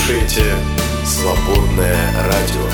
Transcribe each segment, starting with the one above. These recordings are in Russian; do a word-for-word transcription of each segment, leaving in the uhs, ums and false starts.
слушаете «Свободное радио».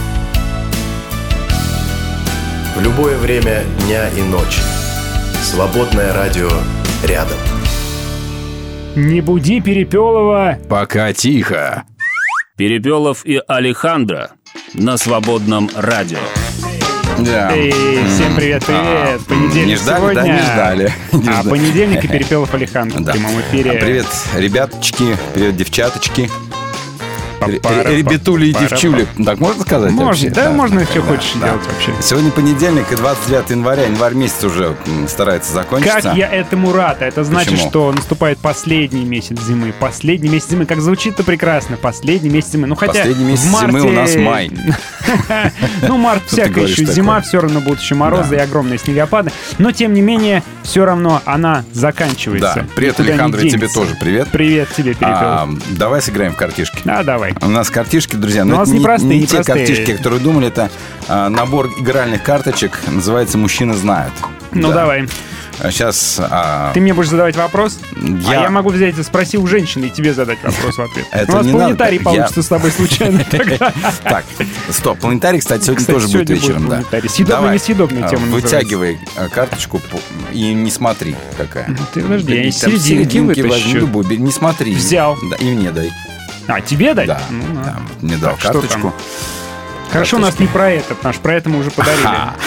В любое время дня и ночи. «Свободное радио» рядом. Не буди Перепелова. Пока тихо. Перепелов и Алехандро на Свободном радио. Да. Эй, всем привет-привет. А, Понедельник не ждали, сегодня. Да, не ждали. Не А ждали. понедельник и Перепелов Алехандро в Да. прямом эфире. Привет, ребяточки, привет, девчаточки. Папара, Ребятули и папара, девчули. Так можно сказать? Можно, вообще? да, можно что да, хочешь да. делать вообще. Сегодня понедельник и двадцать девятое января. Январь месяц уже м, старается закончиться. Как я этому рад. Это значит, Почему? что наступает последний месяц зимы. Последний месяц зимы. Как звучит-то прекрасно. Последний месяц зимы. Ну, хотя Последний месяц в марте... зимы у нас май. Ну, март Что ты всякая говоришь еще такое? зима. Все равно будут еще морозы Да. и огромные снегопады. Но, тем не менее, все равно она заканчивается. Да, привет, Никуда не Алехандро, и тебе денется. тоже привет. Привет тебе, Перепелов. А, давай сыграем в картишки. А, давай. У нас картишки, друзья, Но но у нас это не не, простые, не не те простые. картишки, которые думали, это а, набор игральных карточек, называется «Мужчина знает». Ну, Да. давай. Сейчас а, Ты мне будешь задавать вопрос? Я- А я могу взять, спроси у женщины и тебе задать вопрос в ответ. Это У нас не планетарий надо. получится Я- с тобой случайно тогда. Так, стоп, планетарий, кстати, сегодня Кстати, тоже будет сегодня будет вечером, да. планетарий. Съедобная, Давай, несъедобная а, тема Вытягивай а, карточку по- и не смотри, какая. Ты подожди, я из Там серединки серединки возьми вытащу. любую, бери, не смотри. Взял. Да, и мне дай. А, тебе дать? Да, Ну, на. да, мне дал Так, что карточку. там? Хорошо, у нас не про этот наш, про это мы уже подарили.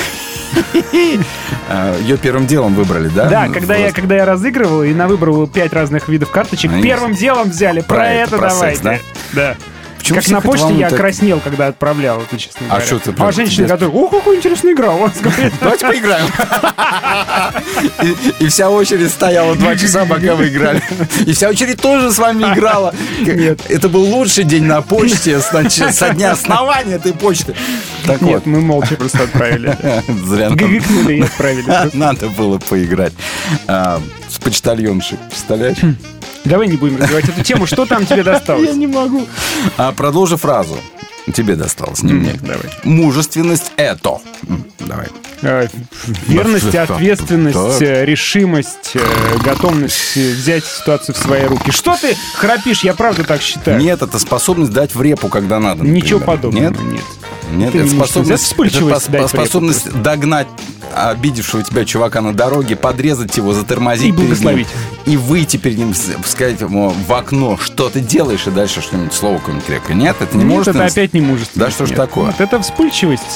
Ее первым делом выбрали, да? Да, Ну, когда я, просто. когда я разыгрывал и навыбрал пять разных видов карточек, Они первым делом взяли. Про, про это, это про давайте. секс, Да. Почему Как всех на это почте волнует я так? краснел, когда отправлял это, честно А говоря. что ты А прям женщины, без- которые, о, какая интересная игра у вас, говорят. Давайте поиграем. И, и вся очередь стояла два часа, пока вы играли. И вся очередь тоже с вами играла. Нет. Это был лучший день на почте с нач- со дня основания этой почты. Так Нет, вот. мы молча просто отправили. Зря нам- Гыкнули и отправили. просто. Надо было поиграть. А, с почтальоншей, представляешь? Давай не будем развивать эту тему. Что там тебе досталось? Я не могу. А, продолжи фразу. Тебе досталось, не мне. Давай. Мужественность — это. М, Давай. Э, Верность, Так, ответственность, так. э, решимость, э, готовность э, взять ситуацию в свои руки. Что ты храпишь? Я правда так считаю. Нет, это способность дать в репу, когда надо. Ничего например. подобного. Нет? Нет. Нет, Это это не мужественность, способность, это вспыльчивость это дать пос- в репу способность догнать обидевшего тебя чувака на дороге, подрезать его, затормозить И перед ним, благословить. и выйти перед ним, с- сказать ему в окно, что ты делаешь, и дальше что-нибудь, слово какое-нибудь крепкое. Нет, это не Нет, может. это опять не мужественность. Да что ж Нет. такое? Вот это вспыльчивость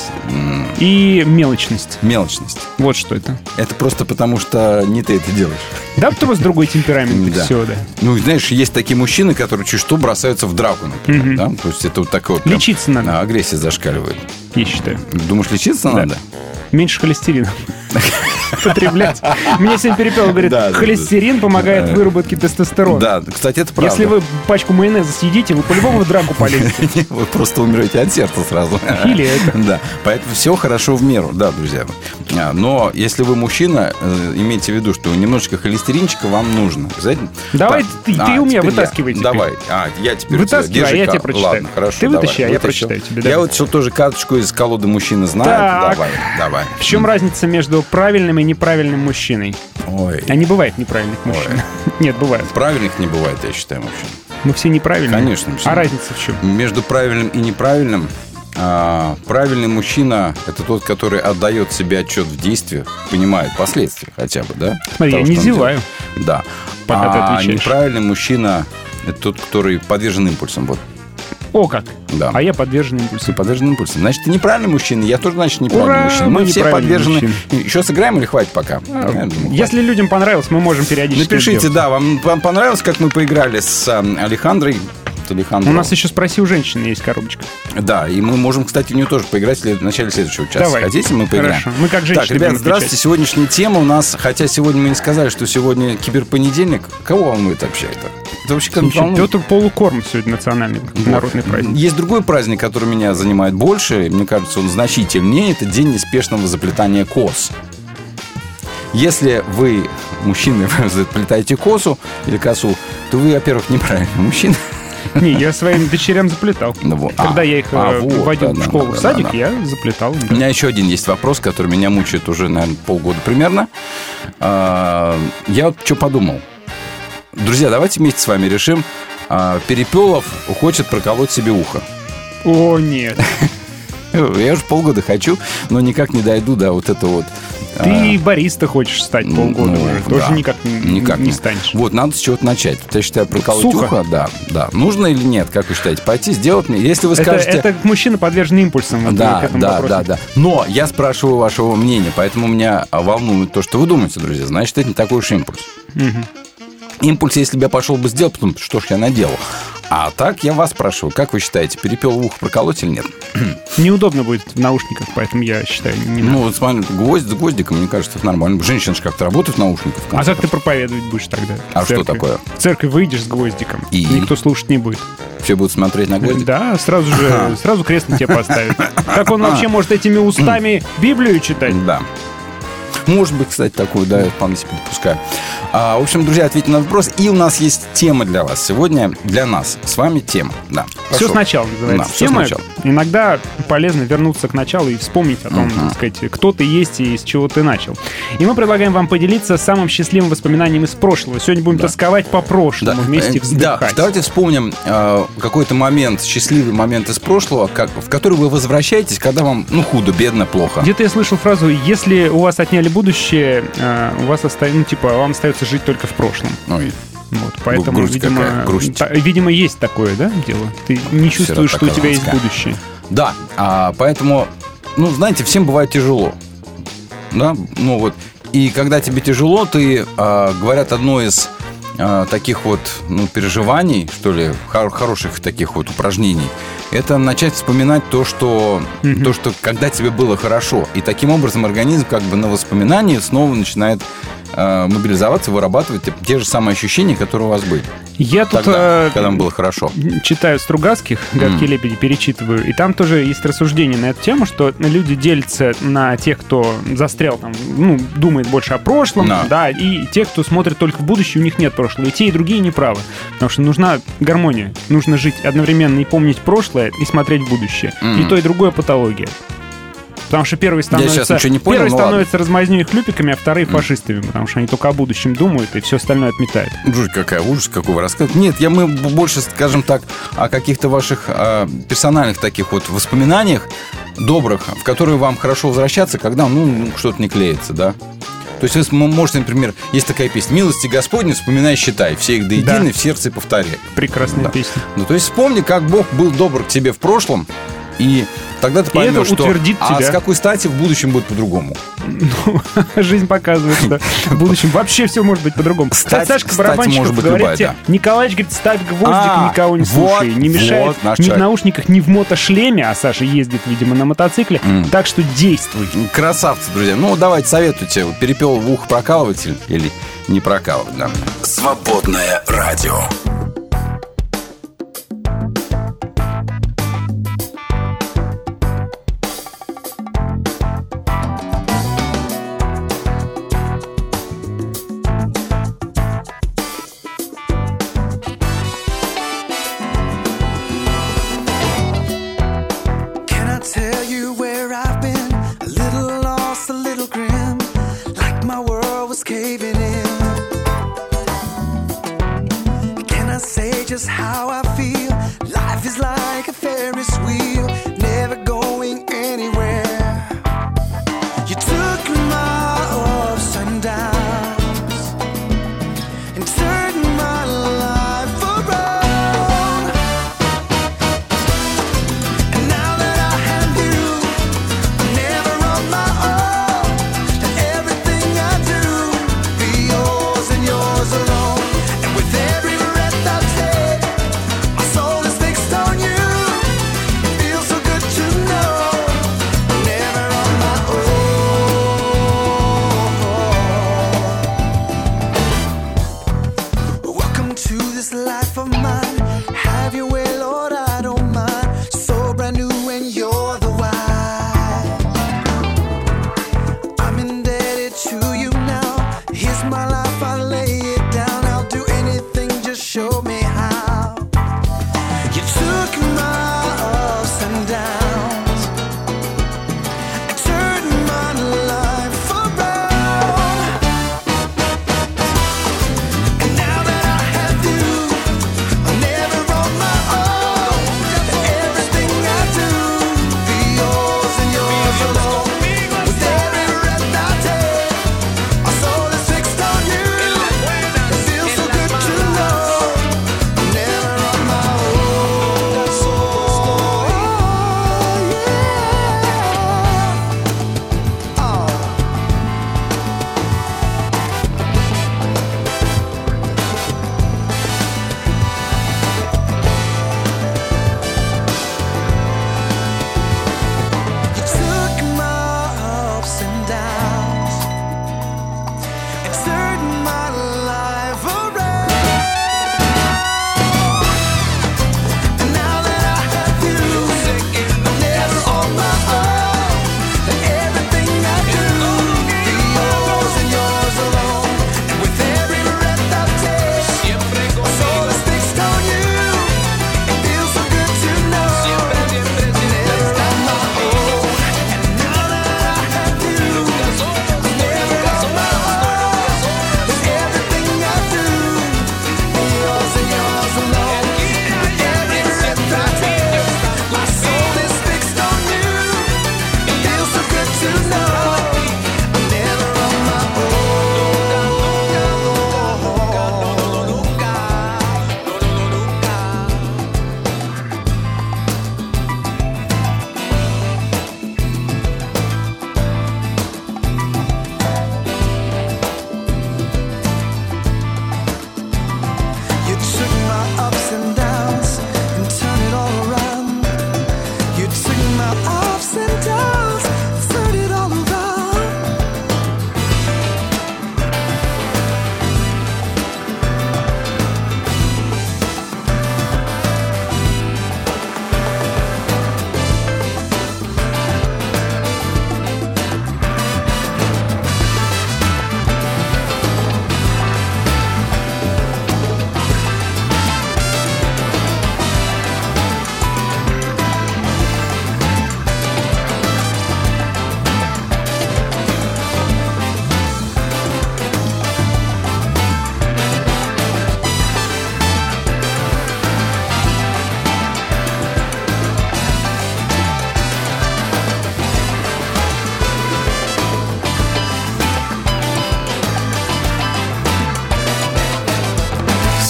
и мелочность. Мелочность. Вот что это. Это просто потому, что не ты это делаешь. Да, у вас другой темперамент. Да. Все, да. Ну, знаешь, есть такие мужчины, которые чуть что бросаются в драку, например. Да? То есть это вот такое вот прям, Лечиться надо. а, агрессия зашкаливает. Я считаю. Думаешь, лечиться Да. надо? Меньше холестерина потреблять. Мне сегодня Перепелов говорит, Да, да, да. холестерин помогает выработке тестостерона. Да, кстати, это правда. Если вы пачку майонеза съедите, вы по-любому в драку полезете. Вы просто умрете от сердца сразу. Или это. Да, поэтому все хорошо в меру, да, друзья. А, Но если вы мужчина, э, имейте в виду, что немножечко холестеринчика вам нужно. Обязательно. Давай Так, ты- ты а, у меня теперь вытаскивай я. теперь. Давай. А, я теперь Вытаскивай, тебя. а я Держи тебе ка- прочитаю. Ладно, хорошо. Ты давай, вытащи, а я вытащил. прочитаю тебе, да. Я вот все тоже карточку из колоды «Мужчина знает». Так. Давай, давай. В чем разница между правильным и неправильным мужчиной? Ой, А не бывает неправильных мужчин. Нет, бывает. правильных не бывает, я считаю, вообще. Мы все неправильные. Конечно, все. А разница в чем? Между правильным и неправильным, а, правильный мужчина – это тот, который отдает себе отчет в действиях, понимает последствия хотя бы, да? Смотри, того, я не что он зеваю. делает. Да. Пока ты а отвечаешь. неправильный мужчина – это тот, который подвержен импульсам. Вот. О, как. Да. А я подвержен импульсу. Ты подвержен импульсам. Значит, ты неправильный мужчина, я тоже, значит, неправильный Ура, мужчина. мы Мы все неправильные подвержены. мужчины. Еще сыграем или хватит пока? Я думаю, хватит. Если людям понравилось, мы можем периодически Напишите, сделать. да, вам, вам понравилось, как мы поиграли с а, Алехандрой? С Алехандро. У нас еще «Спроси у женщины» есть коробочка. Да, и мы можем, кстати, в нее тоже поиграть в начале следующего часа. Давай. Хотите, мы поиграем? Хорошо. Мы как женщины Так, ребят, будем здравствуйте. отвечать. Сегодняшняя тема у нас, хотя сегодня мы не сказали, что сегодня киберпонедельник. Кого волнует вообще это? Это вообще как Слушай, Петр Полукорм сегодня национальный народный праздник. Есть другой праздник, который меня занимает больше, и мне кажется, он значительнее. Это день неспешного заплетания кос. Если вы, мужчины, вы заплетаете косу или косу, то вы, во-первых, неправильный мужчина. Не, я своим дочерям заплетал. Ну, вот. Когда А, я их а, э, вот, водил да, в школу, да, в да, садик, да. я заплетал. У меня еще один есть вопрос, который меня мучает уже, наверное, полгода примерно. А, Я вот что подумал. Друзья, давайте вместе с вами решим, а, Перепелов хочет проколоть себе ухо. О, нет. Я уже полгода хочу, но никак не дойду до вот этого вот. Ты а, бариста хочешь стать полгода, ну, уже, тоже да, никак, никак не, не станешь. Вот, надо с чего-то начать. Я считаю, проколоть Сухо. ухо, да, да. Нужно или нет, как вы считаете? Пойти сделать мне? Если вы это, скажете... Это мужчина подвержен импульсам. Вот, да, к этому да, вопросу. да, да. Но я спрашиваю вашего мнения, поэтому меня волнует то, что вы думаете, друзья. Значит, это не такой уж импульс. Угу. Импульс, если бы я пошел бы сделать, потом, что ж я наделал. А так я вас спрашиваю, как вы считаете, перепел в ухо проколоть или нет? Неудобно будет в наушниках, поэтому я считаю, не надо. Ну, вот смотри, гвоздь с гвоздиком, мне кажется, это нормально. Женщины же как-то работают в наушниках. В а как ты проповедовать будешь тогда? А что такое? В церковь выйдешь с гвоздиком, и никто слушать не будет. Все будут смотреть на гвоздик? Да, сразу же, сразу крест на тебя поставят. Как он вообще может этими устами Библию читать? Да. Может быть, кстати, такую, да, я вполне себе допускаю. А, в общем, друзья, ответьте на вопрос. И у нас есть тема для вас. Сегодня для нас с вами тема. Да, все сначала называется. Да, все тема. сначала. Иногда полезно вернуться к началу и вспомнить о том, uh-huh. так сказать, кто ты есть и с чего ты начал. И мы предлагаем вам поделиться самым счастливым воспоминанием из прошлого. Сегодня будем да. тосковать по прошлому, да. вместе вздыхать. Да, давайте вспомним э, какой-то момент, счастливый момент из прошлого, как, в который вы возвращаетесь, когда вам, ну, худо, бедно, плохо. Где-то я слышал фразу: если у вас отняли будущее, у вас остается, ну, типа, вам остается жить только в прошлом. Ой. Вот, поэтому, грусть видимо, какая, грусть. Та, видимо, есть такое, да, дело? Ты не чувствуешь, что у тебя есть будущее. Да, а, поэтому, ну, знаете, всем бывает тяжело. Да, ну вот. И когда тебе тяжело, ты, а, говорят, одно из а, таких вот, ну, переживаний, что ли, хор- хороших таких вот упражнений, это начать вспоминать то, что, mm-hmm. то, что когда тебе было хорошо. И таким образом организм как бы на воспоминании снова начинает э, мобилизоваться, вырабатывать те же самые ощущения, которые у вас были. Я тут, тогда, э, когда вам было хорошо. Читаю Стругацких, «Гадкие mm. лебеди», перечитываю, и там тоже есть рассуждение на эту тему, что люди делятся на тех, кто застрял там, ну, думает больше о прошлом, no. да, и те, кто смотрит только в будущее, у них нет прошлого. И те, и другие неправы. Потому что нужна гармония. Нужно жить одновременно и помнить прошлое, и смотреть в будущее. Mm. И то, и другое патология. Потому что первый становится, не понял, первый становится ладно. размазнёй и хлюпиками, а вторые mm. фашистами, потому что они только о будущем думают и все остальное отметают. Жуть какая, ужас какого рассказа. Нет, я, мы больше, скажем так, о каких-то ваших э, персональных таких вот воспоминаниях добрых, в которые вам хорошо возвращаться, когда, ну, что-то не клеится, да? То есть вы можете, например, есть такая песня: «Милости Господни, вспоминай, считай, все их до единой, да. в сердце повторяй». Прекрасная да. песня. Ну, то есть вспомни, как Бог был добр к тебе в прошлом, и тогда ты поймешь, что утвердит а тебя. С какой стати в будущем будет по-другому. Ну, жизнь показывает, что в будущем вообще все может быть по-другому. Кстати, Сашка Барабанщиков говорит тебе: Николаич, говорит, ставь гвоздик, никого не слушай. Не мешает ни в наушниках, ни в мотошлеме, а Саша ездит, видимо, на мотоцикле. Так что действуй. Красавцы, друзья. Ну, давайте советуйте, перепел в ухо прокалывать или не прокалывать. Да. Свободное радио.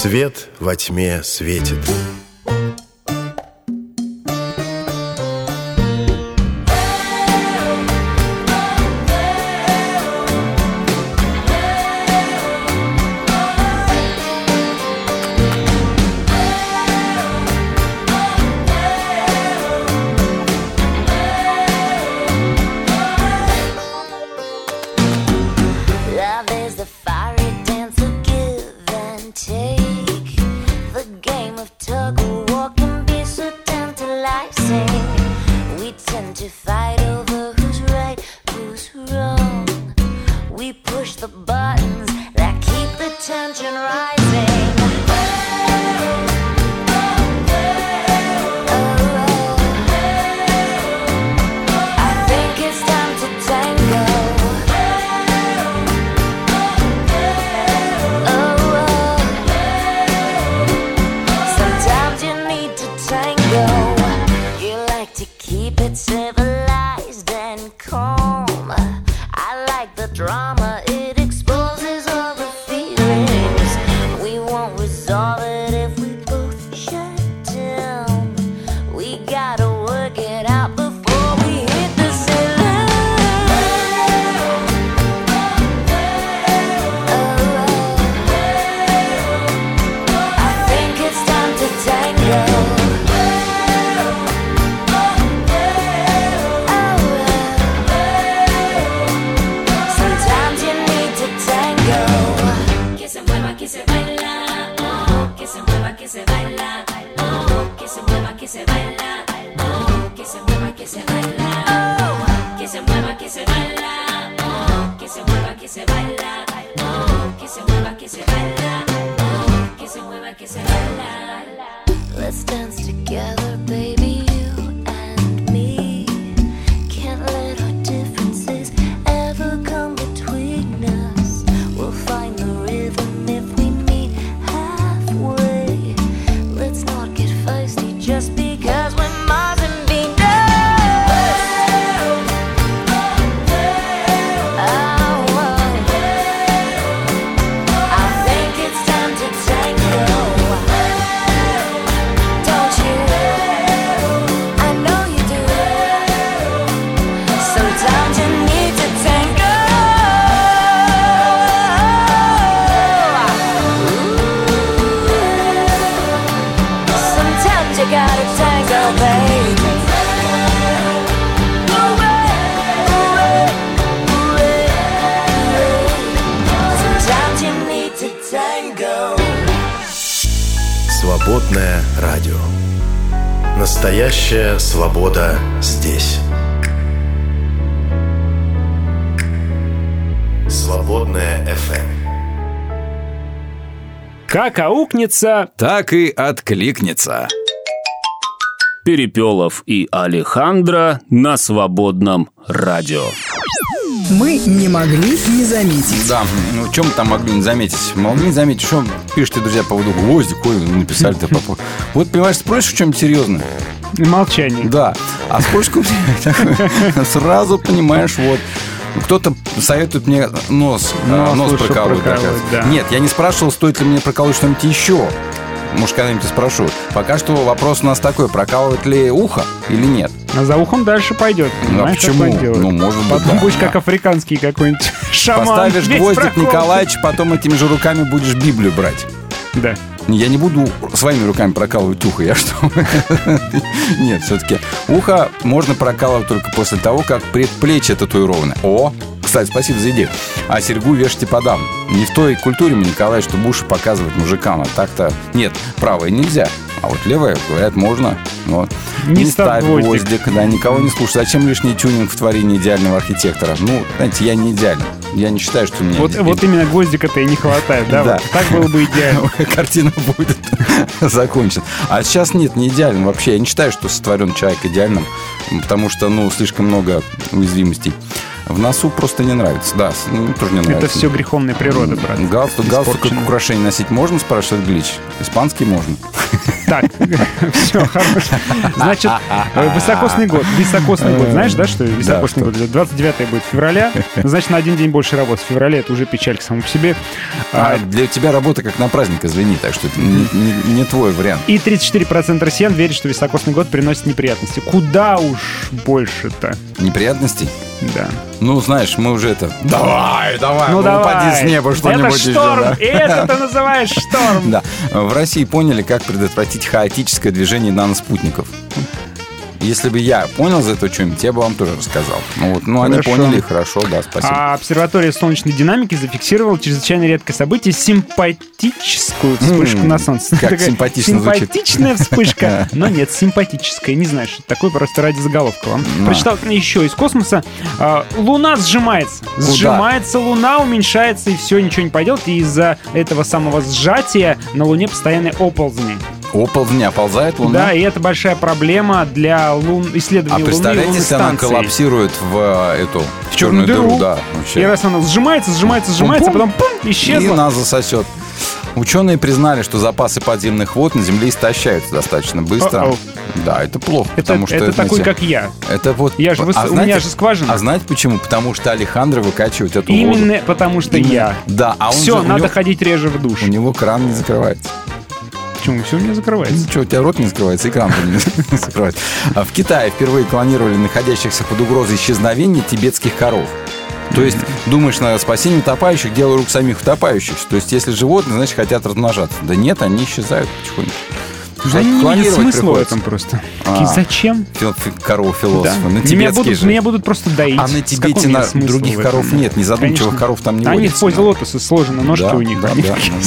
Свет во тьме светит. Свободное радио. Настоящая свобода здесь. Свободное эф эм. Как аукнется, так и откликнется. Перепелов и Алехандро на Свободном радио. Мы не могли не заметить. Да, ну в чем там могли не заметить? Могли не заметить, что пишете, друзья, по поводу гвоздик, ой, написали-то по поводу. Вот, понимаешь, спросишь что-нибудь серьезное. Молчание. Да, а спросишь, сразу понимаешь, вот. Кто-то советует мне нос, нос, нос прокалывать. прокалывать да. Нет, я не спрашивал, стоит ли мне прокалывать что-нибудь еще. Может, когда-нибудь спрошу. Пока что вопрос у нас такой, прокалывает ли ухо или нет. А за ухом дальше пойдет. Ну, а почему? Ну, может быть, потом да, будешь да. как африканский какой-нибудь шаман. Поставишь гвоздик, Николаевич, потом этими же руками будешь Библию брать. Да. Я не буду своими руками прокалывать ухо, я что? Нет, все-таки ухо можно прокалывать только после того, как предплечье татуировано. О, кстати, спасибо за идею. А серьгу вешайте подам. Не в той культуре мы, Николай, чтобы уши показывать мужикам. А так-то нет, правое нельзя. А вот левое, говорят, можно. Вот. Не, не ставь гвоздик. гвоздик, да, никого не слушай. Зачем лишний тюнинг в творении идеального архитектора? Ну, знаете, я не идеален. Я не считаю, что мне... Вот, вот именно гвоздика-то и не хватает, да? Да. Вот так было бы идеально. Картина будет закончена. А сейчас нет, не идеален вообще. Я не считаю, что сотворен человек идеальным, потому что, ну, слишком много уязвимостей. В носу просто не нравится. Да, ну, тоже не нравится. Это все греховная природа, брат. Галстук, галстук как украшение носить можно, спрашивает Глич? Испанский можно. Так, все, хорошо. Значит, высокосный год. Високосный год. Знаешь, да, что високосный год? двадцать девятое будет февраля. Значит, на один день больше работы. В феврале это уже печалька самому по себе. А для тебя работа как на праздник, извини, так что это не, не, не твой вариант. И тридцать четыре процента россиян верят, что високосный год приносит неприятности. Куда уж больше-то? Неприятностей? Да. Ну, знаешь, мы уже это... Давай, давай, ну, ну давай. упади с неба что-нибудь это шторм, еще. Да. Это ты называешь шторм. Да. В России поняли, как предотвратить хаотическое движение наноспутников. Если бы я понял за это что-нибудь, я бы вам тоже рассказал. Ну, вот, ну они поняли, хорошо, да, спасибо. А обсерватория солнечной динамики зафиксировала чрезвычайно редкое событие — симпатическую вспышку м-м, на Солнце. Как такая симпатично звучит. Симпатичная вспышка, но нет, симпатическая. Не знаешь, что это такое, просто ради заголовка вам. На. Прочитал еще из космоса. Луна сжимается. Куда? Сжимается Луна, уменьшается, и все, ничего не поделать. И из-за этого самого сжатия на Луне постоянные оползни. Оползни, оползает Луна? Да, и это большая проблема для лун... исследований а Луны и лунной представляете, если она коллапсирует в эту в черную дыру, дыру да, и раз она сжимается, сжимается, сжимается, пум, а потом пум, исчезла. И нас засосет. Ученые признали, что запасы подземных вод на Земле истощаются достаточно быстро. О-о. Да, это плохо. Это, потому что это, это такой, знаете, как я. Это вот, я же, а у знаете, меня же скважина. А знаете почему? Потому что Алехандро выкачивает эту Именно воду. Именно потому что Именно. я. Да, а он Все, же, надо него, ходить реже в душ. У него кран не закрывается. Почему? Все у меня закрывается. Ну что, у тебя рот не закрывается, экран не закрывается. А в Китае впервые клонировали находящихся под угрозой исчезновения тибетских коров. То есть, думаешь, на спасение утопающих, дело рук самих утопающихся. То есть, если животные, значит, хотят размножаться. Да нет, они исчезают потихоньку. Да не видят смысла в этом просто. А, зачем? Коров философы. Да. На меня, будут, меня будут просто доить. А на Тибете на других коров нет. Незадумчивых коров там не водится. Они в позе лотоса сложены, ножки да, у них. Да,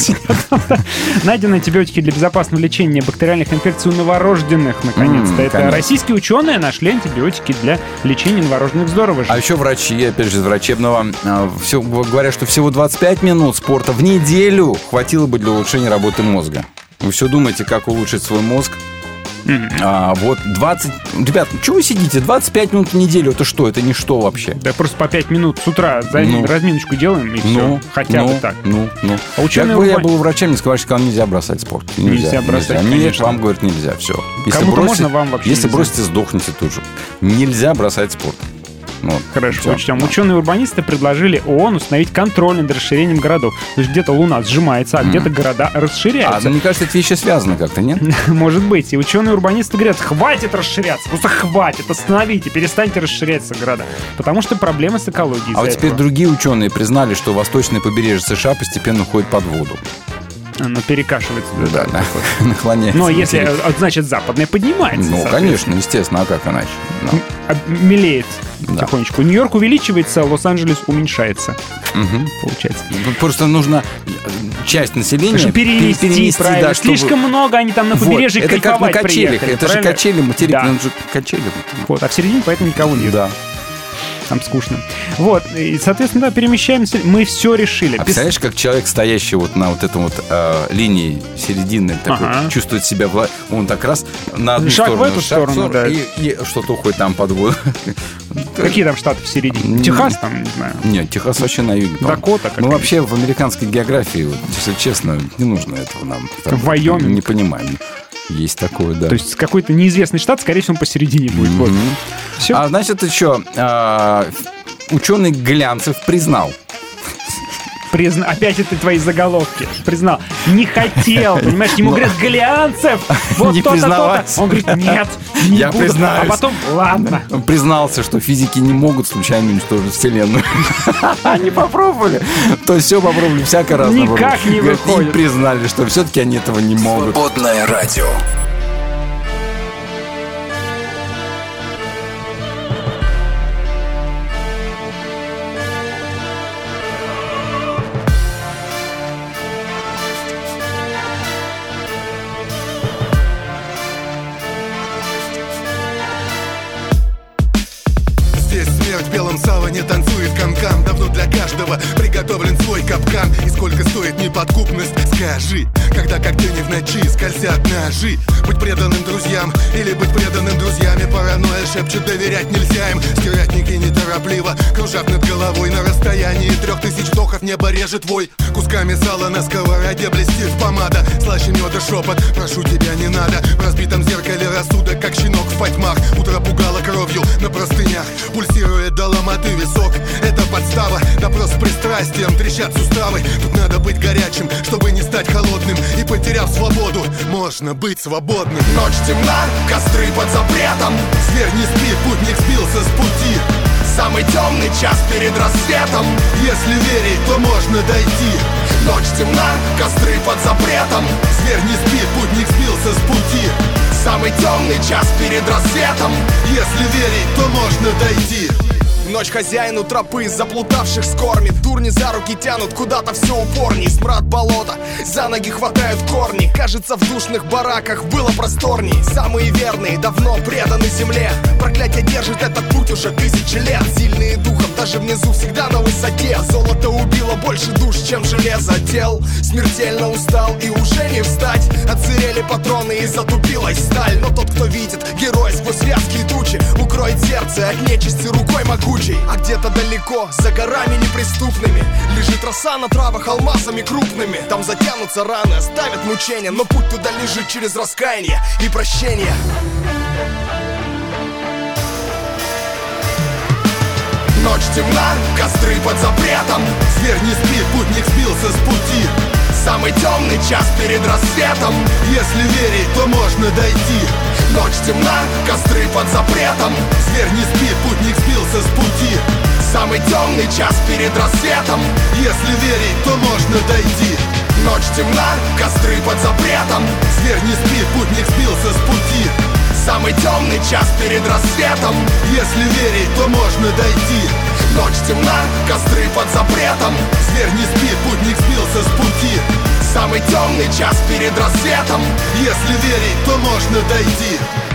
да. Найдены антибиотики для безопасного лечения бактериальных инфекций у новорожденных, наконец-то. Mm, Это конечно. Российские ученые нашли антибиотики для лечения новорожденных. Здорово же. А еще врачи, опять же, из врачебного, все, говорят, что всего двадцать пять минут спорта в неделю хватило бы для улучшения работы мозга. Вы все думаете, как улучшить свой мозг? Mm-hmm. А, вот двадцать... Ребят, ну что вы сидите? двадцать пять минут в неделю, это что? Это ничто вообще. Да просто по пять минут с утра за ну, разминочку делаем, и ну, все. Хотя ну, бы так. Ну, ну. А ученые как бы я был врачом, мне сказали, что нельзя бросать спорт. Нельзя, нельзя бросать, нельзя. Нет, вам, говорят, нельзя. Все. Если Кому-то бросите, можно, вам вообще Если нельзя. бросите, сдохнете тут же. Нельзя бросать спорт. Вот. Хорошо, учтем. Да. Ученые-урбанисты предложили ООН установить контроль над расширением городов. То есть где-то Луна сжимается, а mm. где-то города расширяются. А, мне кажется, эти вещи связаны как-то, нет? Может быть. И ученые-урбанисты говорят, хватит расширяться, просто хватит, остановите, перестаньте расширяться города. Потому что проблемы с экологией. А вот этого. теперь другие ученые признали, что восточное побережье США постепенно уходит под воду. Оно перекашивается. Да, да, да. Наклоняется. Но если, значит, западное поднимается. Ну, конечно, естественно, а как иначе? No. Мелеет да. потихонечку. Нью-Йорк увеличивается, Лос-Анджелес уменьшается. Угу. Получается. Просто нужно часть населения Чтобы перенести, перенести правильно. Да, чтобы... Слишком много они там на побережье вот. Это как на качелях. Приехали, это правильно? же качели, материк, да. же качели. Вот, а в середине поэтому никого нет. Да. Там скучно. Вот, и, соответственно, да, перемещаемся. Мы все решили. А представляешь, как человек, стоящий вот на вот этом вот э, линии серединной, такой, ага. чувствует себя, вла... он так раз на одну шаг сторону, в эту шаг сторону, сторону, да. И, и что-то уходит там под воду. Какие там штаты в середине? Техас там, не знаю. Нет, Техас вообще на юге. Дакота. Мы вообще в американской географии, вот, если честно, не нужно этого нам. Вайоминг. Не понимаем. Есть такое, да. То есть какой-то неизвестный штат, скорее всего, он посередине будет. Mm-hmm. Вот. Все. А значит, еще а, ученый Глянцев признал. Призна... Опять это твои заголовки. Признал. Не хотел, понимаешь? Ему Но... говорят, Глянцев, вот не то-то, то-то. Он говорит, нет, не Я буду. признаюсь. А потом, ладно. Он признался, что физики не могут случайно уничтожить Вселенную. Они попробовали. То есть все попробовали, всяко разное. Никак не выходит. И признали, что все-таки они этого не могут. Свободное радио. В белом саване танцует канкан. Давно для каждого приготовлен свой капкан. И сколько стоит неподкупность, скажи, когда как день и в ночи скользят ножи. Быть преданным друзьям или быть преданным друзьями. Паранойя шепчет, доверять нельзя им. Стиральники неторопливо кружат над головой. На расстоянии трех тысяч вдохов небо режет вой. Кусками сала на сковороде блестит помада. Слаще меда шепот, прошу тебя не надо. В разбитом зеркале рассудок, как щенок в потьмах. Утро пугало кровью на простынях. Пульсирует до ломоты висок. Это подстава, допрос с пристрастием. Трещат суставы, тут надо быть горячим, чтобы не стать холодным. И потеряв свободу, можно быть свободным. Ночь темна, костры под запретом. Зверь не спит, путник сбился с пути. Самый темный час перед рассветом. Если верить, то можно дойти. Ночь темна, костры под запретом. Зверь не спит, путник сбился с пути. Самый темный час перед рассветом. Если верить, то можно дойти. Ночь хозяину тропы, заплутавших с кормит. Дурни за руки тянут куда-то все упорней. Смрад болота, за ноги хватают корни. Кажется, в душных бараках было просторней. Самые верные давно преданы земле. Проклятие держит этот путь уже тысячи лет. Сильные духом, даже внизу всегда на высоте. Золото убило больше душ, чем железо. Тел смертельно устал и уже не встать. Отсырели патроны и затупилась сталь. Но тот, кто видит, герой сквозь вязкие тучи, укроет сердце от нечисти рукой могучей. А где-то далеко, за горами неприступными, лежит роса на травах алмазами крупными. Там затянутся раны, оставят мучения, но путь туда лежит через раскаяние и прощение. Ночь темна, костры под запретом. Зверь не спит, путник сбился с пути. Самый темный час перед рассветом. Если верить, то можно дойти. Ночь темна, костры под запретом. Зверь не спит, путник сбился с пути. Самый темный час перед рассветом. Если верить, то можно дойти. Ночь темна, костры под запретом. Зверь не спит, путник сбился с пути. Самый темный час перед рассветом. Если верить, то можно дойти. Ночь темна, костры под запретом. Зверь не спит, путник сбился с пути. Самый темный час перед рассветом. Если верить, то можно дойти.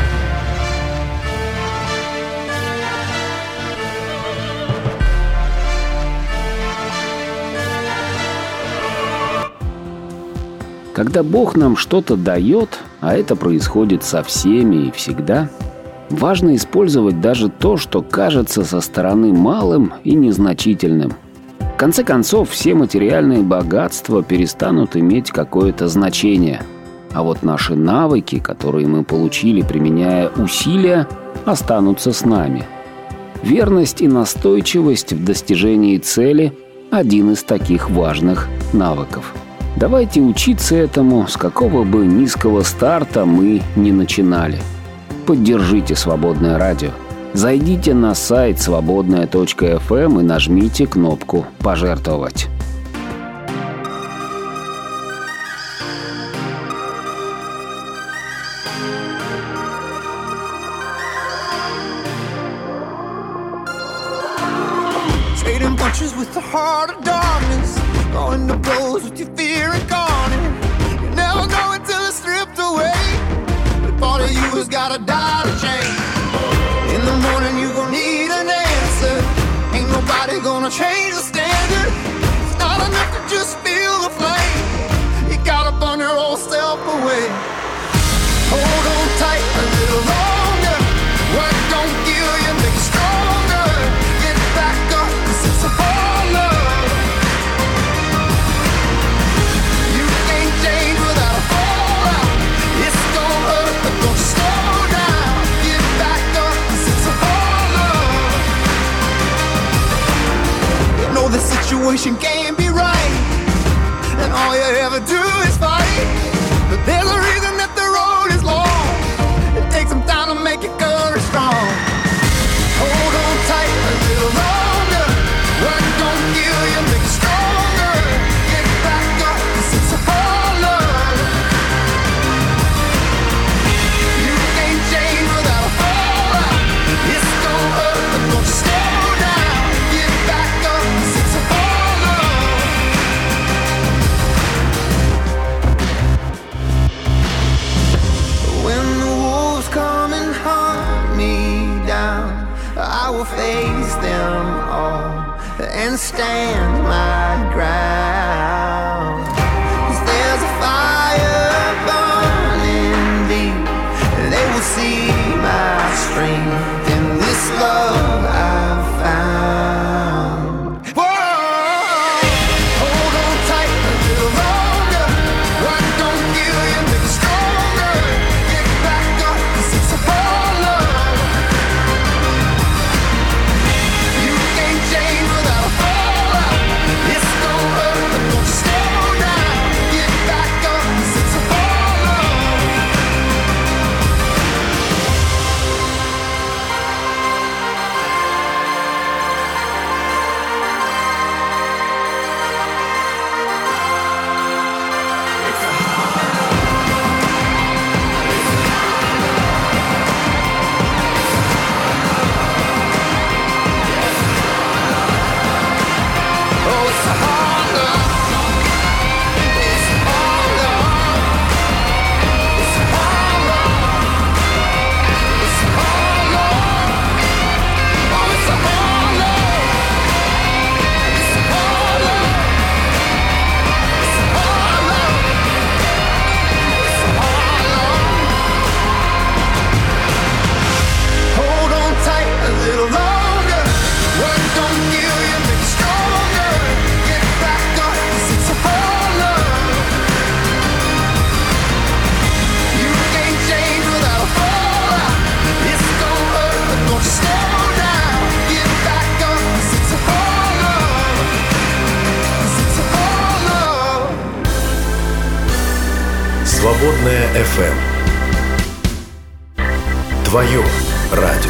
Когда Бог нам что-то дает, а это происходит со всеми и всегда, важно использовать даже то, что кажется со стороны малым и незначительным. В конце концов, все материальные богатства перестанут иметь какое-то значение. А вот наши навыки, которые мы получили, применяя усилия, останутся с нами. Верность и настойчивость в достижении цели – один из таких важных навыков. Давайте учиться этому, с какого бы низкого старта мы ни начинали. Поддержите «Свободное радио». Зайдите на сайт свободная точка эф эм и нажмите кнопку «Пожертвовать». Trading punches with the heart of darkness, throwing the blows with your fear incarnate. You never know until it's stripped away. The part of you has gotta die to change. In the morning you gon' need an answer. Ain't nobody gonna change the standard. It's not enough to just feel the flame. You gotta burn your old self away. Hold on tight a little longer. What don't kill you make you stronger. Get back up, 'cause it's a hard love. You can't change without a fallout. It's gon' hurt, but don't slow down. Get back up, 'cause it's a hard love. You know the situation can't be right, and all you ever do is fight. But there's a reason that the road is long. It takes some time to make your courage strong. Hold on tight a little longer. What don't kill you make you stronger. Get back up, 'cause it's a hard love. You can't change without a fallout. It's gon' hurt, but don't slow down. Get back up, 'cause it's a hard love. When the wolves come and hunt me down, I will face them all. and stand my ground. 'Cause there's a fire burning deep. They will see my strength in this love I've found. Whoa, hold on tight a little longer. What don't kill you make you stronger. Get back up, 'cause it's a whole love. You can't change without a fallout. It's gonna hurt, but don't slow down. Get back up, 'cause it's a whole love. Oh, it's a hard love. It's a hard love. It's a hard love. It's a hard love. Oh, it's a hard love. It's a hard love. It's a hard love. It's a hard love. Hold on tight a little longer. What don't kill you make you stronger. Get back up, 'cause it's a hard love. You can't change without a fallout. It's gonna hurt, but don't you slow down. Get back up, 'cause it's a hard love. 'Cause it's a hard love. Свободная эф эм. Твое радио.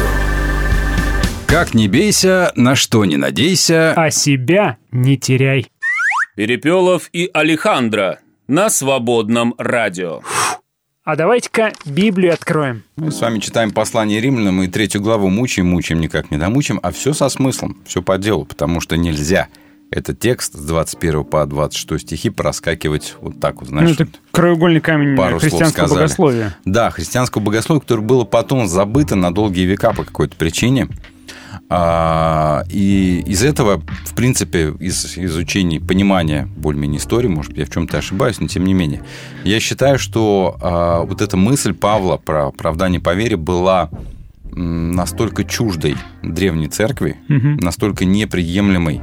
Как не бейся, на что не надейся. А себя не теряй. Перепелов и Алехандро на Свободном радио. А давайте-ка Библию откроем. Мы с вами читаем послание римлянам и третью главу мучаем, мучаем, никак не домучаем, а все со смыслом, все по делу, потому что нельзя этот текст с двадцать первого по двадцать шестой стихи проскакивать вот так вот, Ну, знаешь. это краеугольный камень пару слов христианского сказали. богословия. Да, христианского богословия, которое было потом забыто на долгие века по какой-то причине. А, и из этого, в принципе, из изучения, понимания более-менее истории, может быть, я в чем-то ошибаюсь, но тем не менее, я считаю, что а, вот эта мысль Павла про оправдание по вере была м, настолько чуждой древней церкви, Мгм. настолько неприемлемой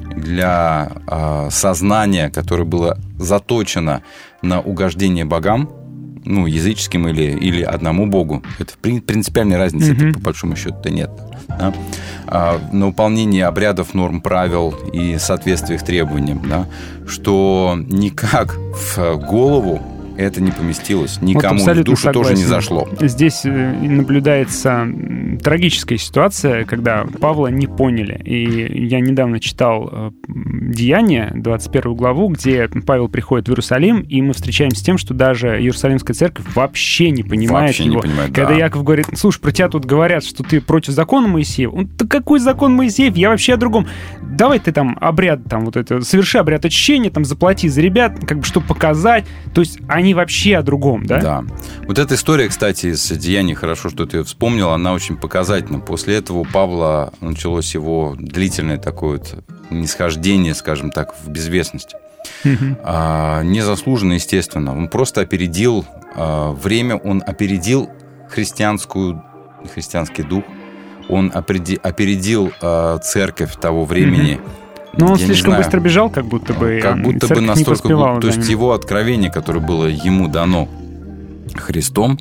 для а, сознания, которое было заточено на угождение богам, ну, языческим или, или одному богу. Это при- принципиальной разницы, Мгм. это, по большому счету-то нет. Да? А, на выполнение обрядов, норм, правил и соответствие их требованиям, да, что никак в голову это не поместилось, никому Вот в душу тоже не зашло. Здесь э, наблюдается м, трагическая ситуация, когда Павла не поняли. И я недавно читал э, Деяния, двадцать первую главу, где Павел приходит в Иерусалим, и мы встречаемся с тем, что даже Иерусалимская церковь вообще не понимает Вообще не его. понимает, Когда да. Яков говорит: слушай, про тебя тут говорят, что ты против закона Моисеева. Он: да какой закон Моисеев? Я вообще о другом. Давай ты там обряд, там вот это, соверши обряд очищения, там заплати за ребят, как бы, чтобы показать. То есть они вообще о другом, да? Да. Вот эта история, кстати, из Деяний, хорошо, что ты ее вспомнил, она очень показательна. После этого у Павла началось его длительное такое вот нисхождение, скажем так, в безвестность. Мгм. А, незаслуженно, естественно. Он просто опередил а, время, он опередил христианскую, христианский дух, он опереди- опередил а, церковь того времени. Но он Я не слишком знаю. быстро бежал, как будто бы. Как а будто бы церковь не настолько... поспевала То за есть ним. его откровение, которое было ему дано Христом,